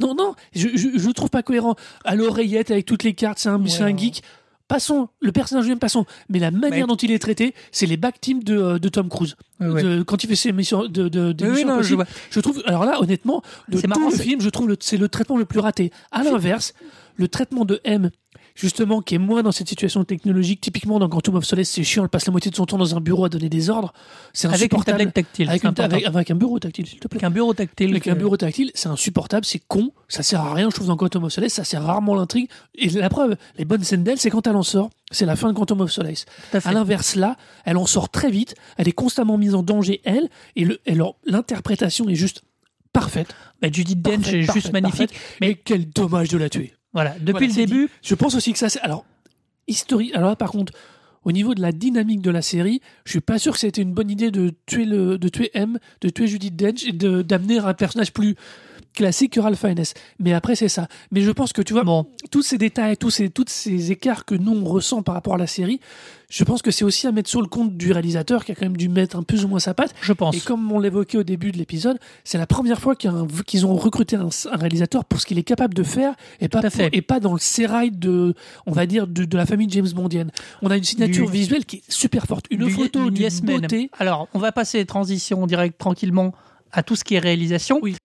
le trouve pas cohérent. À l'oreillette avec toutes les cartes, c'est un geek. Passons, le personnage lui-même, passons. Mais la manière dont il est traité, c'est les back teams de Tom Cruise. Quand il fait ses missions Mission Impossible. Je trouve, alors là, honnêtement, de tout le film, je trouve c'est le traitement le plus raté. À l'inverse, le traitement de M, justement, qui est moins dans cette situation technologique, typiquement dans Quantum of Solace, c'est chiant, elle passe la moitié de son temps dans un bureau à donner des ordres. C'est avec une tablette tactile. Avec un bureau tactile, s'il te plaît. Avec un bureau tactile, c'est insupportable, c'est con, ça sert à rien, je trouve, dans Quantum of Solace, ça sert rarement l'intrigue. Et la preuve, les bonnes scènes d'elle, c'est quand elle en sort. C'est la fin de Quantum of Solace. À l'inverse, là, elle en sort très vite, elle est constamment mise en danger, elle, et l'interprétation est juste parfaite. Judi Dench est juste magnifique. Mais quel dommage de la tuer. Voilà, depuis le début. Je pense aussi que ça, c'est. Alors, alors là, par contre, au niveau de la dynamique de la série, je suis pas sûr que c'était une bonne idée de tuer M, de tuer Judi Dench et d'amener un personnage plus classique que Ralph Fiennes. Mais après, c'est ça. Mais je pense que, tu vois, tous ces détails, tous ces écarts que nous, on ressent par rapport à la série, je pense que c'est aussi à mettre sur le compte du réalisateur qui a quand même dû mettre un peu ou moins sa patte. Je pense. Et comme on l'évoquait au début de l'épisode, c'est la première fois qu'ils ont recruté un réalisateur pour ce qu'il est capable de faire et pas dans le sérail de la famille James Bondienne. On a une signature visuelle qui est super forte. Une photo d'une beauté. Alors, on va passer transition direct tranquillement à tout ce qui est réalisation. Oui.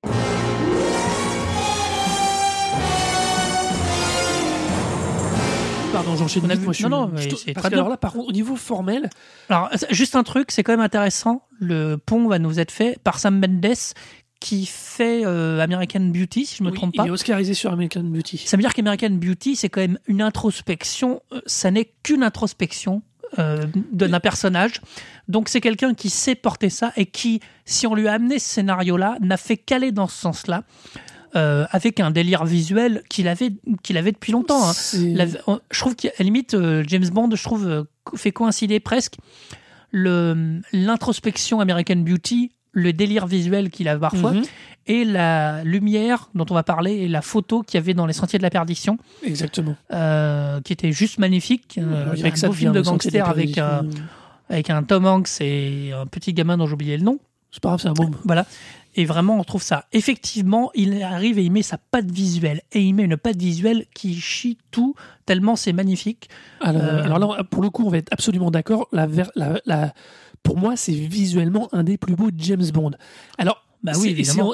Pardon, j'enchaîne vite. Parce que alors là, par contre, au niveau formel... Alors, juste un truc, c'est quand même intéressant. Le pont va nous être fait par Sam Mendes, qui fait American Beauty, si je ne me trompe pas. Il est oscarisé sur American Beauty. Ça veut dire qu'American Beauty, c'est quand même une introspection. Ça n'est qu'une introspection d'un personnage. Donc, c'est quelqu'un qui sait porter ça et qui, si on lui a amené ce scénario-là, n'a fait qu'aller dans ce sens-là. Avec un délire visuel qu'il avait depuis longtemps. Hein. Je trouve qu'à la limite, James Bond, fait coïncider presque l'introspection American Beauty, le délire visuel qu'il a parfois, et la lumière dont on va parler, et la photo qu'il y avait dans Les Sentiers de la Perdition. Exactement. Qui était juste magnifique. Avec un beau film de gangster avec un Tom Hanks et un petit gamin dont j'ai oublié le nom. C'est pas grave, c'est un bombe. Voilà. Et vraiment, on trouve ça. Effectivement, il arrive et il met sa patte visuelle. Et il met une patte visuelle qui chie tout, tellement c'est magnifique. Alors là, pour le coup, on va être absolument d'accord. Pour moi, c'est visuellement un des plus beaux James Bond. Alors, oui, évidemment.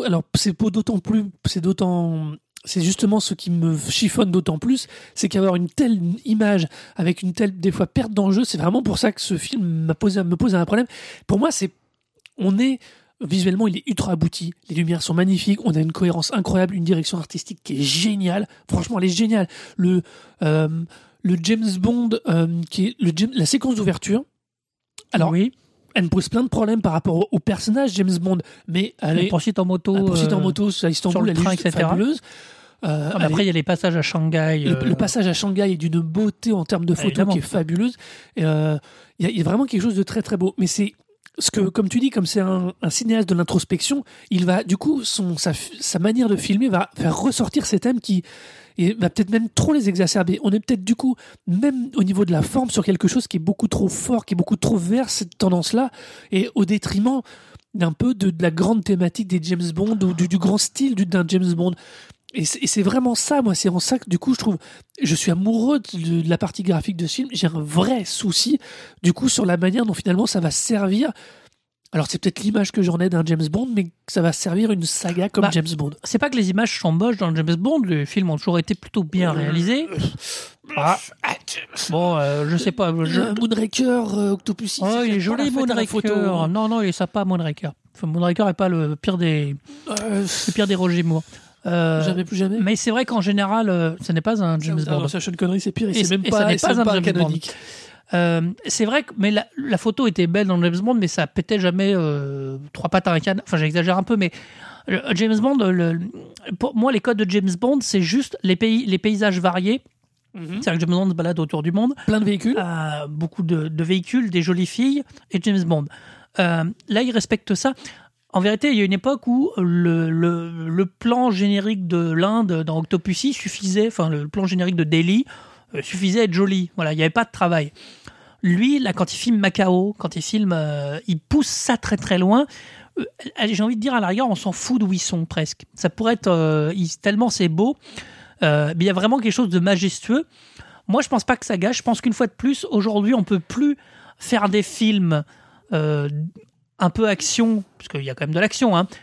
C'est justement ce qui me chiffonne d'autant plus, c'est qu'avoir une telle image avec une telle, des fois, perte d'enjeu, c'est vraiment pour ça que ce film me pose un problème. Pour moi, visuellement, il est ultra abouti. Les lumières sont magnifiques. On a une cohérence incroyable, une direction artistique qui est géniale. Franchement, elle est géniale. Le James Bond, la séquence d'ouverture. Alors, oui, elle me pose plein de problèmes par rapport au personnage James Bond, mais elle poursuite en moto, à Istanbul, elle est juste fabuleuse. Après, il y a les passages à Shanghai. Le passage à Shanghai est d'une beauté en termes de photos qui est fabuleuse. Il y a vraiment quelque chose de très très beau. Mais c'est comme tu dis, comme c'est un cinéaste de l'introspection, il va, du coup, sa manière de filmer va faire ressortir ces thèmes et va peut-être même trop les exacerber. On est peut-être, du coup, même au niveau de la forme, sur quelque chose qui est beaucoup trop fort, qui est beaucoup trop vers cette tendance-là, et au détriment d'un peu de la grande thématique des James Bond, ou du grand style d'un James Bond. Et c'est vraiment ça, moi, c'est en ça que, du coup, je suis amoureux de la partie graphique de ce film. J'ai un vrai souci, du coup, sur la manière dont finalement ça va servir Alors c'est peut-être l'image que j'en ai d'un James Bond, mais ça va servir une saga comme James Bond. C'est pas que les images sont moches dans James Bond, les films ont toujours été plutôt bien réalisés. Bon, je sais pas. Moonraker, Octopussy. Oh, il est joli, Moonraker. Non, il est sympa, Moonraker. Enfin, Moonraker est pas le pire des Roger Moore. Jamais plus jamais. Mais c'est vrai qu'en général, ce n'est pas un James Bond. Ça, Sean Connery, c'est pire. Et ça c'est même n'est pas un James canonique. C'est vrai que mais la photo était belle dans James Bond, mais ça pétait jamais trois pattes à un canard. Enfin, j'exagère un peu, mais James Bond, pour moi, les codes de James Bond, c'est juste les paysages variés. C'est-à-dire que James Bond se balade autour du monde. Plein de véhicules. Beaucoup de véhicules, des jolies filles et James Bond. Là, il respecte ça. En vérité, il y a une époque où le plan générique de l'Inde dans Octopussy suffisait, enfin le plan générique de Delhi suffisait à être joli. Voilà, il n'y avait pas de travail. Lui, là, quand il filme Macao, quand il filme, il pousse ça très très loin. J'ai envie de dire à la rigueur, on s'en fout d'où ils sont presque. Ça pourrait être tellement c'est beau. Mais il y a vraiment quelque chose de majestueux. Moi, je pense pas que ça gâche. Je pense qu'une fois de plus, aujourd'hui, on peut plus faire des films un peu action, parce qu'il y a quand même de l'action, hein,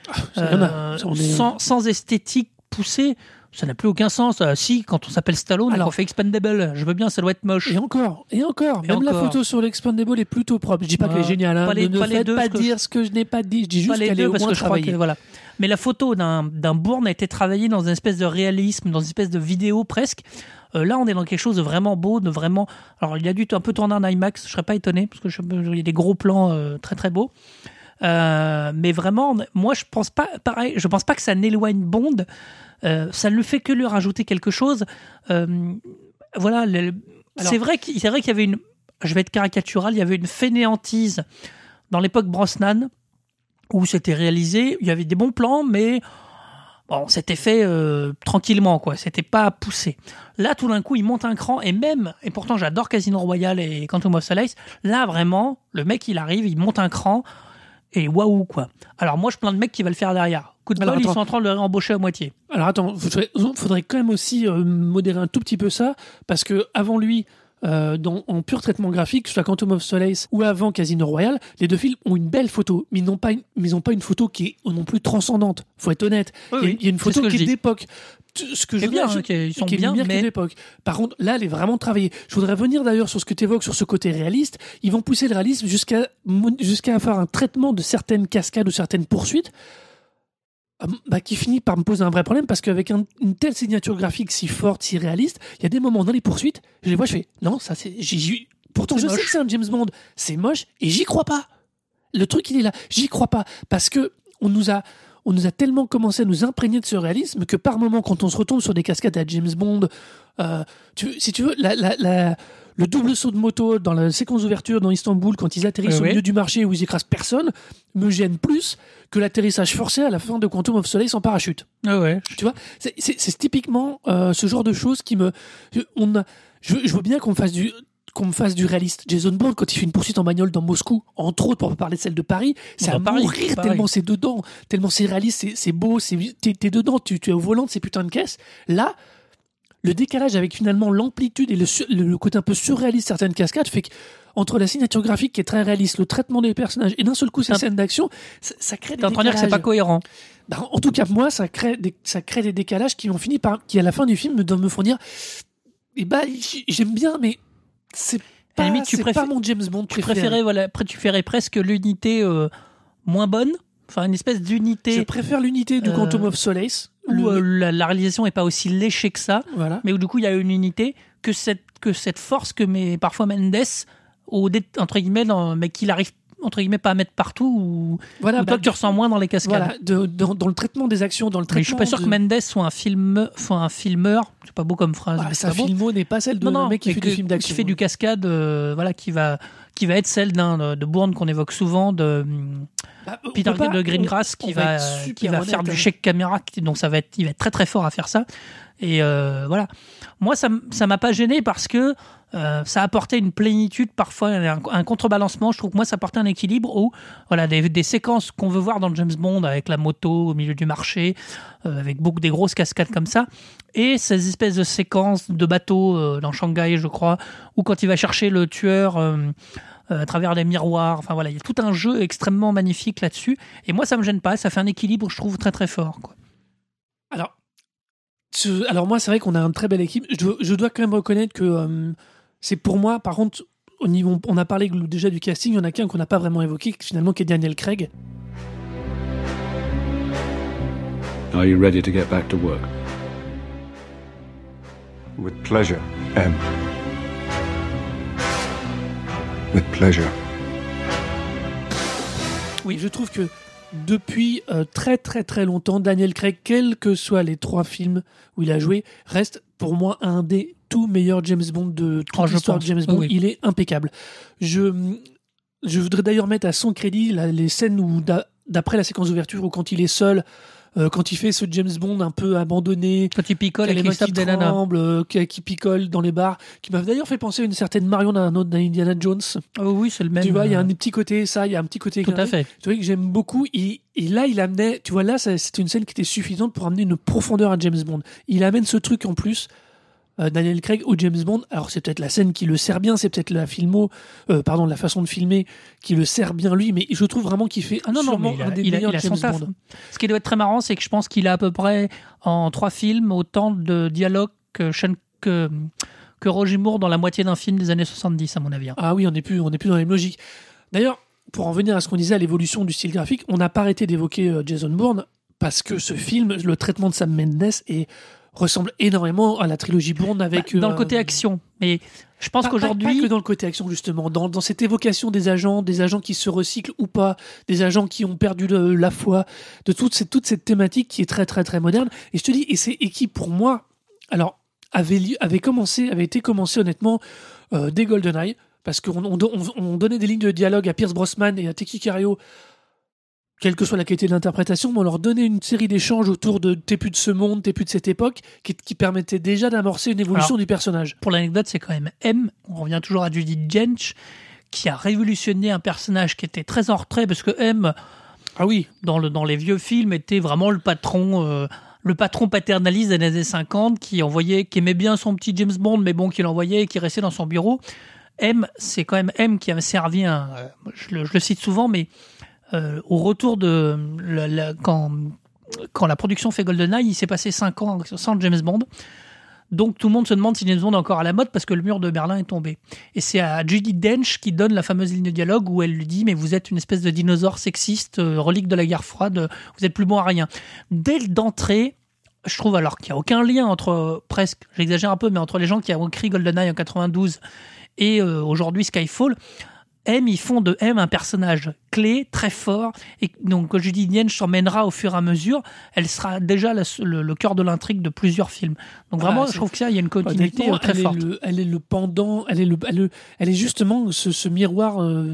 sans esthétique poussée. Ça n'a plus aucun sens. Si, quand on s'appelle Stallone, on fait Expendable. Je veux bien, ça doit être moche. Et encore. Même la photo sur l'Expendable est plutôt propre. Je dis pas qu'elle est géniale. Hein. Ne faites pas dire ce que je n'ai pas dit. Je dis juste qu'elle est au moins travaillée. Voilà. Mais la photo d'un Bourne a été travaillée dans une espèce de réalisme, dans une espèce de vidéo presque. Là, on est dans quelque chose de vraiment beau, de vraiment. Alors, il a dû un peu tourner en IMAX. Je serais pas étonné parce que il y a des gros plans très très beaux. Mais vraiment, moi, je pense pas. Pareil, je pense pas que ça n'éloigne Bond. Ça ne fait que lui rajouter quelque chose. Voilà. C'est vrai qu'il y avait une. Je vais être caricatural. Il y avait une fainéantise dans l'époque Brosnan où c'était réalisé. Il y avait des bons plans, mais bon, c'était fait tranquillement, quoi. C'était pas poussé. Là, tout d'un coup, il monte un cran et pourtant, j'adore Casino Royale et Quantum of Solace. Là, vraiment, le mec, il arrive, il monte un cran. Et waouh, quoi. Alors moi, je plains de mecs qui va le faire derrière. Coup de bol, ils sont en train de le réembaucher à moitié. Alors attends, faudrait quand même aussi modérer un tout petit peu ça, parce que avant lui, en pur traitement graphique, soit Quantum of Solace ou avant Casino Royale, les deux films ont une belle photo, mais ils n'ont pas une photo qui est non plus transcendante. Faut être honnête. Il y a une photo qui est d'époque. Ce que je veux dire, ils sont qui est bien, lumière mais qui est d'époque. Par contre, là, elle est vraiment travaillée. Je voudrais revenir d'ailleurs sur ce que tu évoques, sur ce côté réaliste. Ils vont pousser le réalisme jusqu'à faire un traitement de certaines cascades ou certaines poursuites, qui finit par me poser un vrai problème, parce qu'avec une telle signature graphique si forte, si réaliste, il y a des moments dans les poursuites, je les vois, je fais non, ça c'est. Pourtant, je sais que c'est un James Bond, c'est moche et j'y crois pas. Le truc, il est là, j'y crois pas, parce que on nous a tellement commencé à nous imprégner de ce réalisme que par moment, quand on se retombe sur des cascades à James Bond, si tu veux, le double saut de moto dans la séquence d'ouverture dans Istanbul, quand ils atterrissent au milieu du marché où ils écrasent personne, me gêne plus que l'atterrissage forcé à la fin de Quantum of Solace en parachute. Tu vois, c'est typiquement ce genre de choses qui me... Je veux bien qu'on me fasse du réaliste. Jason Bourne, quand il fait une poursuite en bagnole dans Moscou, entre autres, pour parler de celle de Paris, c'est à mourir tellement c'est dedans, tellement c'est réaliste, c'est beau, t'es dedans, tu es au volant de ces putains de caisses. Là, le décalage avec finalement l'amplitude et le côté un peu surréaliste de certaines cascades fait que, entre la signature graphique qui est très réaliste, le traitement des personnages et d'un seul coup ces scènes d'action, ça crée des décalages. T'es en train de dire que c'est pas cohérent. En tout cas, moi, ça crée des décalages qui à la fin du film me fournir. J'aime bien, mais c'est pas, limite, pas mon James Bond préféré. Tu préférais presque l'unité moins bonne, enfin une espèce d'unité. Je préfère l'unité du Quantum of Solace. Où la réalisation n'est pas aussi léchée que ça, mais où du coup il y a une unité que cette force que met parfois Mendes, entre guillemets, mais qu'il arrive entre guillemets pas à mettre partout, ou toi tu ressens moins dans les cascades. Dans le traitement des actions, dans le traitement. Mais je suis pas sûr que Mendes soit un filmeur. C'est pas beau comme phrase. Sa filmo n'est pas celle de mec qui fait du film d'action. Qui fait du cascade, qui va être celle de Bourne qu'on évoque souvent, de Peter de Greengrass, qui va faire du shake caméra, donc il va être très très fort à faire ça. Et voilà. Moi, ça m'a pas gêné parce que ça apportait une plénitude, parfois un contrebalancement. Je trouve que moi, ça apportait un équilibre où des séquences qu'on veut voir dans James Bond avec la moto au milieu du marché, avec des grosses cascades comme ça, et ces espèces de séquences de bateaux dans Shanghai, je crois, où quand il va chercher le tueur à travers les miroirs. Enfin voilà, il y a tout un jeu extrêmement magnifique là-dessus. Et moi, ça me gêne pas. Ça fait un équilibre, je trouve, très très fort, quoi. Alors moi, c'est vrai qu'on a une très belle équipe. Je dois quand même reconnaître que c'est pour moi, par contre, au niveau, on a parlé déjà du casting, il y en a qu'un qu'on n'a pas vraiment évoqué, finalement, qui est Daniel Craig. Are you ready to get back to work? With pleasure, M. With pleasure. Oui, je trouve que depuis très très très longtemps, Daniel Craig, quels que soient les 3 films où il a joué, reste pour moi un des tout meilleurs James Bond de toute l'histoire de James Bond. Oui. Il est impeccable. Je voudrais d'ailleurs mettre à son crédit les scènes où, d'après la séquence d'ouverture, où quand il est seul, quand il fait ce James Bond un peu abandonné, Quand il picole qui a et les qu'il mains se tape qui des nanas. tremblent, qui picole dans les bars, qui m'a d'ailleurs fait penser à une certaine Marion d'un autre d'Indiana Jones. Oh oui, c'est le même. Tu vois, il y a un petit côté ça, il y a un petit côté Tout à fait. tu vois que j'aime beaucoup. Et là, il amenait, tu vois, là, c'était une scène qui était suffisante pour amener une profondeur à James Bond. Il amène ce truc en plus, Daniel Craig au James Bond. Alors, c'est peut-être la scène qui le sert bien, c'est peut-être la façon de filmer qui le sert bien lui, mais je trouve vraiment qu'il fait sûrement mais un des il meilleurs a son James taf. Bond. Ce qui doit être très marrant, c'est que je pense qu'il a à peu près, en 3 films, autant de dialogues que Roger Moore dans la moitié d'un film des années 70, à mon avis. Ah oui, on n'est plus dans la même logique. D'ailleurs, pour en venir à ce qu'on disait à l'évolution du style graphique, on n'a pas arrêté d'évoquer Jason Bourne parce que ce film, le traitement de Sam Mendes ressemble énormément à la trilogie Bourne avec... Dans le côté action. Mais je pense qu'aujourd'hui... Pas que dans le côté action, justement. Dans cette évocation des agents qui se recyclent ou pas, des agents qui ont perdu la foi, de toute cette thématique qui est très, très, très moderne. Et je te dis, et qui, pour moi, alors, avait été commencé, honnêtement, dès GoldenEye, parce qu'on donnait des lignes de dialogue à Pierce Brosnan et à Teki Cario, quelle que soit la qualité de l'interprétation, mais on leur donnait une série d'échanges autour de t'es plus de ce monde, t'es plus de cette époque, qui permettait déjà d'amorcer une évolution du personnage. Pour l'anecdote, c'est quand même M, on revient toujours à Judi Dench, qui a révolutionné un personnage qui était très en retrait, parce que M, dans les vieux films, était vraiment le patron paternaliste des années 50, qui aimait bien son petit James Bond, mais bon, qui l'envoyait et qui restait dans son bureau. M, c'est quand même M qui a servi je le cite souvent, mais au retour de quand la production fait GoldenEye, il s'est passé 5 ans sans James Bond. Donc tout le monde se demande si James Bond est encore à la mode parce que le mur de Berlin est tombé. Et c'est à Judi Dench qui donne la fameuse ligne de dialogue où elle lui dit « Mais vous êtes une espèce de dinosaure sexiste, relique de la guerre froide, vous êtes plus bon à rien. » Dès d'entrée, je trouve alors qu'il n'y a aucun lien entre, presque, j'exagère un peu, mais entre les gens qui ont écrit GoldenEye en 92 et aujourd'hui Skyfall, ils font de M un personnage clé, très fort, et donc Judi Dench s'emmènera au fur et à mesure. Elle sera déjà le cœur de l'intrigue de plusieur films. Donc vraiment, je trouve que ça, il y a une continuité très forte. Elle est le pendant, elle est justement ce miroir.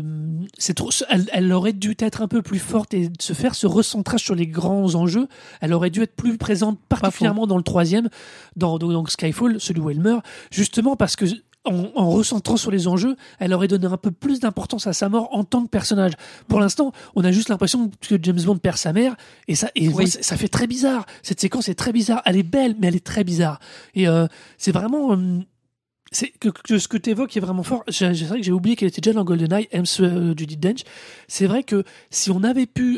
Elle aurait dû être un peu plus forte et se recentrage sur les grands enjeux. Elle aurait dû être plus présente, particulièrement dans le 3e, dans Skyfall, celui où elle meurt, justement parce que en recentrant sur les enjeux, elle aurait donné un peu plus d'importance à sa mort en tant que personnage. Pour l'instant, on a juste l'impression que James Bond perd sa mère, et ça fait très bizarre. Cette séquence est très bizarre. Elle est belle, mais elle est très bizarre. Et c'est vraiment... ce que tu évoques est vraiment fort. C'est vrai que j'ai oublié qu'elle était déjà dans GoldenEye, Judi Dench. C'est vrai que si on avait pu...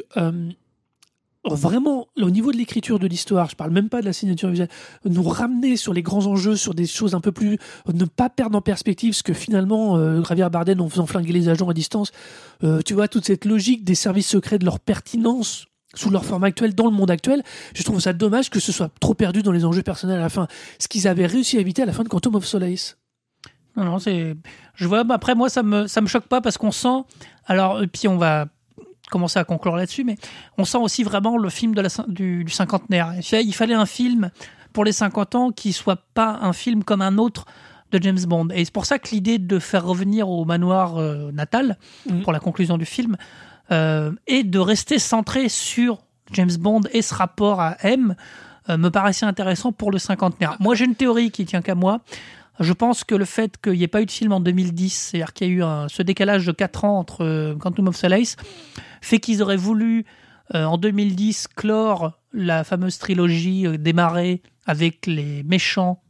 vraiment, au niveau de l'écriture de l'histoire, je parle même pas de la signature visuelle, nous ramener sur les grands enjeux, sur des choses un peu plus, ne pas perdre en perspective ce que finalement Javier Bardem, en faisant flinguer les agents à distance, tu vois, toute cette logique des services secrets, de leur pertinence sous leur forme actuelle, dans le monde actuel, je trouve ça dommage que ce soit trop perdu dans les enjeux personnels à la fin, ce qu'ils avaient réussi à éviter à la fin de Quantum of Solace. Non, je vois, après moi ça me choque pas parce qu'on sent, alors, et puis on va commencer à conclure là-dessus, mais on sent aussi vraiment le film du cinquantenaire. Il fallait un film pour les 50 ans qui soit pas un film comme un autre de James Bond. Et c'est pour ça que l'idée de faire revenir au manoir natal, pour la conclusion du film, et de rester centré sur James Bond et ce rapport à M, me paraissait intéressant pour le cinquantenaire. Moi, j'ai une théorie qui tient qu'à moi. Je pense que le fait qu'il n'y ait pas eu de film en 2010, c'est-à-dire qu'il y a eu ce décalage de 4 ans entre Quantum of Solace, fait qu'ils auraient voulu, en 2010, clore la fameuse trilogie démarrée avec les méchants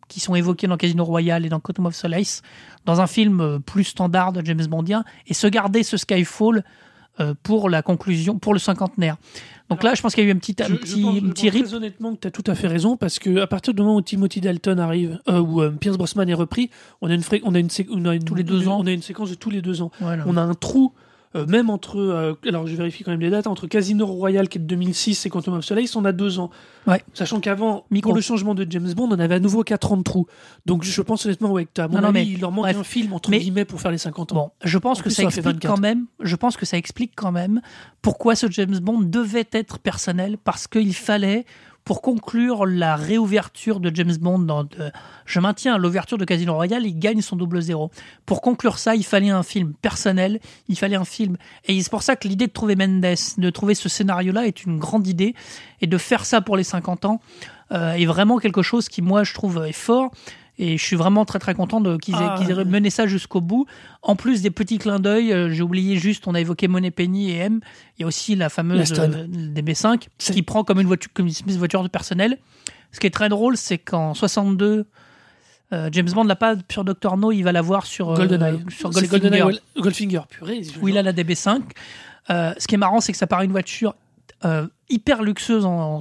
qui sont évoqués dans Casino Royale et dans Quantum of Solace dans un film plus standard de James Bondien et se garder ce Skyfall pour la conclusion, pour le cinquantenaire. Donc là, je pense qu'il y a eu un petit rip. Très honnêtement, que tu as tout à fait raison, parce qu'à partir du moment où Timothy Dalton arrive, où Pierce Brosnan est repris, on a une tous les 2 ans. On a une séquence de tous les 2 ans. Voilà. On a un trou, même entre. Alors, je vérifie quand même les dates, entre Casino Royale, qui est de 2006, et Quantum of Solace, on a 2 ans. Ouais. Sachant qu'avant, pour le changement de James Bond, on avait à nouveau 4 ans de trou. Donc, je pense honnêtement, ouais, à mon avis, il leur manque un film, entre guillemets, pour faire les 50 ans. Bon, je pense que ça explique quand même pourquoi ce James Bond devait être personnel, parce qu'il fallait, pour conclure la réouverture de James Bond, je maintiens l'ouverture de Casino Royale, il gagne son 007. Pour conclure ça, il fallait un film personnel, il fallait un film. Et c'est pour ça que l'idée de trouver Mendes, de trouver ce scénario-là est une grande idée. Et de faire ça pour les 50 ans est vraiment quelque chose qui, moi, je trouve est fort. Et je suis vraiment très très content qu'ils aient mené ça jusqu'au bout. En plus des petits clins d'œil, j'ai oublié juste, on a évoqué Moneypenny et M. Il y a aussi la fameuse DB5 qui prend comme une voiture de personnel. Ce qui est très drôle, c'est qu'en 62, James Bond l'a pas sur Dr. No, il va l'avoir sur GoldenEye. Sur Goldfinger. Goldfinger, purée. Où il a la DB5. Ce qui est marrant, c'est que ça paraît une voiture hyper luxueuse en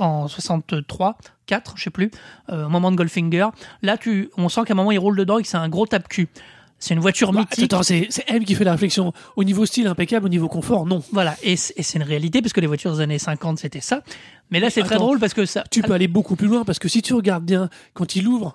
63, 4, je sais plus, au moment de Goldfinger. Là, on sent qu'à un moment, il roule dedans et que c'est un gros tape-cul. C'est une voiture mythique. Attends, c'est M qui fait la réflexion. Au niveau style, impeccable. Au niveau confort, non. Voilà, et c'est une réalité, parce que les voitures des années 50, c'était ça. Mais là, c'est très drôle, parce que ça... Tu peux aller beaucoup plus loin, parce que si tu regardes bien, quand il ouvre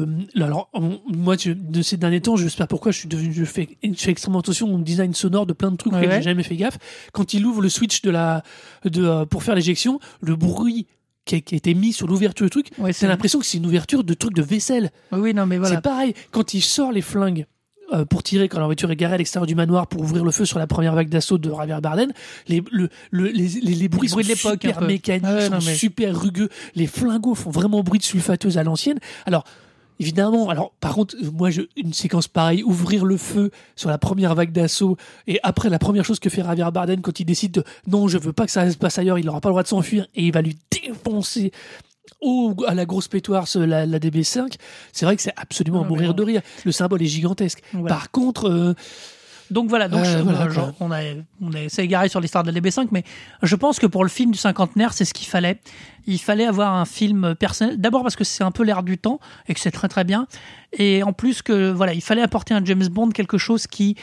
moi, de ces derniers temps, je sais pas pourquoi, je fais extrêmement attention au design sonore de plein de trucs auxquels j'ai jamais fait gaffe. Quand il ouvre le switch pour faire l'éjection, le bruit qui a été mis sur l'ouverture du truc, c'est l'impression que c'est une ouverture de truc de vaisselle. Oui, non, mais voilà. C'est pareil, quand il sort les flingues pour tirer quand la voiture est garée à l'extérieur du manoir pour ouvrir le feu sur la première vague d'assaut de Javier Bardem, les bruits sont de l'époque, super mécaniques, super rugueux. Les flingos font vraiment bruit de sulfateuse à l'ancienne. Alors, évidemment, par contre, moi, une séquence pareille, ouvrir le feu sur la première vague d'assaut, et après, la première chose que fait Javier Bardem quand il décide de non, je veux pas que ça se passe ailleurs, il n'aura pas le droit de s'enfuir, et il va lui défoncer à la grosse pétoire la DB5, c'est vrai que c'est absolument à mourir de rire. Le symbole est gigantesque. Voilà. Par contre... Donc voilà, on s'est égaré sur l'histoire de la DB5, mais je pense que pour le film du cinquantenaire, c'est ce qu'il fallait. Il fallait avoir un film personnel. D'abord parce que c'est un peu l'air du temps et que c'est très très bien. Et en plus que voilà, il fallait apporter à un James Bond quelque chose qui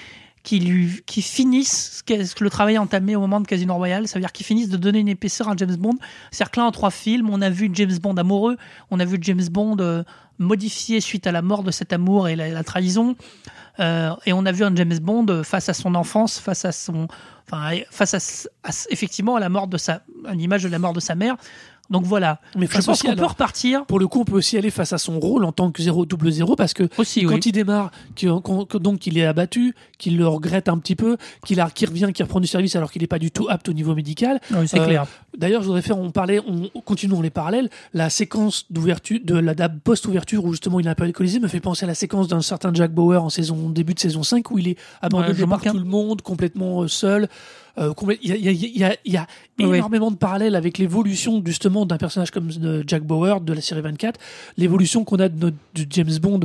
finisse le travail entamé au moment de Casino Royale, ça veut dire qu'il finisse de donner une épaisseur à James Bond. C'est-à-dire que là, en 3 films, on a vu James Bond amoureux, on a vu James Bond modifié suite à la mort de cet amour et la trahison, et on a vu un James Bond face à son enfance, face à effectivement à l'image de la mort de sa mère. Donc voilà, mais je pense qu'on peut repartir. Pour le coup, on peut aussi aller face à son rôle en tant que 000, parce que quand il démarre, donc il est abattu, qu'il le regrette un petit peu, qu'il revient, qu'il reprend du service alors qu'il n'est pas du tout apte au niveau médical. Oui, c'est clair. D'ailleurs, je voudrais continuons les parallèles. La séquence d'ouverture, de la post-ouverture où justement il est un peu alcoolisé, me fait penser à la séquence d'un certain Jack Bauer début de saison 5 où il est abandonné par tout le monde, complètement seul. Il y a énormément de parallèles avec l'évolution justement d'un personnage comme Jack Bauer de la série 24, l'évolution qu'on a de James Bond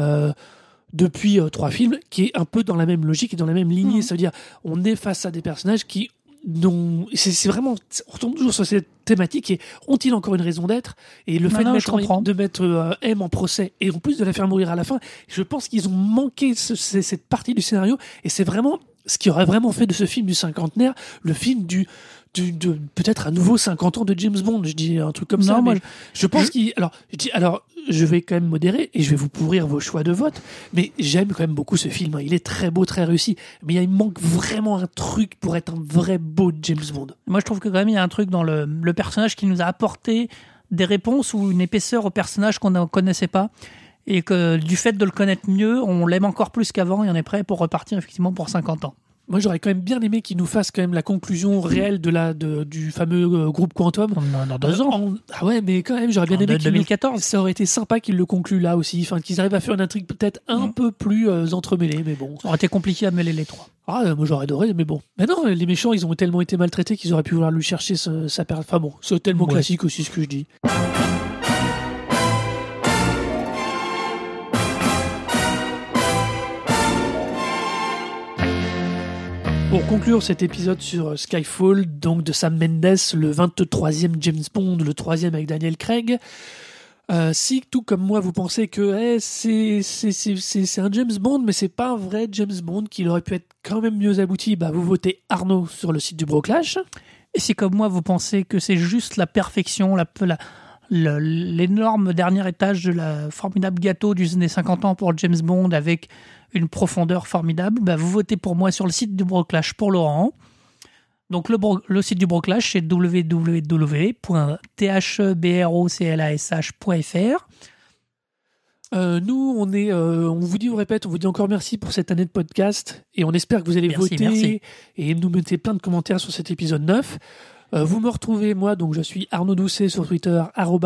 depuis 3 films, qui est un peu dans la même logique et dans la même lignée. Ça veut dire on est face à des personnages qui c'est vraiment, on retombe toujours sur cette thématique et ont-ils encore une raison d'être, et le fait de mettre M en procès et en plus de la faire mourir à la fin, je pense qu'ils ont manqué cette partie du scénario, et c'est vraiment ce qui aurait vraiment fait de ce film du cinquantenaire le film de peut-être à nouveau 50 ans de James Bond. Je dis un truc comme ça, mais je pense alors je vais quand même modérer et je vais vous pourrir vos choix de vote, mais j'aime quand même beaucoup ce film. Il est très beau, très réussi, mais il manque vraiment un truc pour être un vrai beau James Bond. Moi, je trouve que quand même il y a un truc dans le personnage qui nous a apporté des réponses ou une épaisseur au personnage qu'on ne connaissait pas. Et que du fait de le connaître mieux, on l'aime encore plus qu'avant et on est prêt pour repartir effectivement pour 50 ans. Moi, j'aurais quand même bien aimé qu'ils nous fassent quand même la conclusion réelle du fameux groupe Quantum. Dans 2 ans. Ah ouais, mais quand même, j'aurais bien aimé 2014. Ça aurait été sympa qu'ils le concluent là aussi. Enfin, qu'ils arrivent à faire une intrigue peut-être un peu plus entremêlée, mais bon. Ça aurait été compliqué à mêler les 3. Ah, moi j'aurais adoré, mais bon. Mais non, les méchants, ils ont tellement été maltraités qu'ils auraient pu vouloir lui chercher sa perte. Enfin bon, c'est tellement classique aussi ce que je dis. Pour conclure cet épisode sur Skyfall, donc de Sam Mendes, le 23e James Bond, le 3e avec Daniel Craig, si tout comme moi vous pensez que c'est un James Bond mais c'est pas un vrai James Bond, qu'il aurait pu être quand même mieux abouti, vous votez Arnaud sur le site du Broclash. Et si comme moi vous pensez que c'est juste la perfection, l'énorme dernier étage de la formidable gâteau des années 50 ans pour James Bond avec une profondeur formidable, vous votez pour moi sur le site du Broclash pour Laurent. Donc le site du Broclash, c'est www.thbroclash.fr. Nous, on vous dit encore merci pour cette année de podcast et on espère que vous allez voter et nous mettez plein de commentaires sur cet épisode 9. Vous me retrouvez, moi, donc je suis Arnaud Doucet sur Twitter,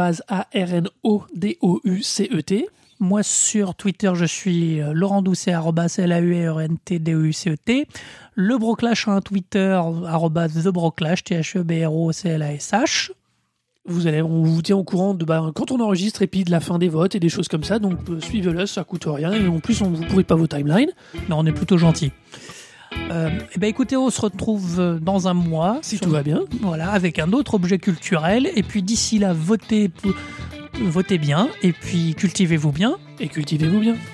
@ARNODOUCET. Moi, sur Twitter, je suis Laurent Doucet, @LAURENTDOUCET. Le Broclash a un Twitter, @TheBroclash, THEBROCLASH. On vous tient au courant de quand on enregistre et puis de la fin des votes et des choses comme ça. Donc suivez-le, ça coûte rien et en plus on ne vous pourrit pas vos timelines. Non, on est plutôt gentil. Écoutez, on se retrouve dans un mois. Si tout va bien. Voilà, avec un autre objet culturel. Et puis d'ici là, votez bien et puis cultivez-vous bien. Et cultivez-vous bien.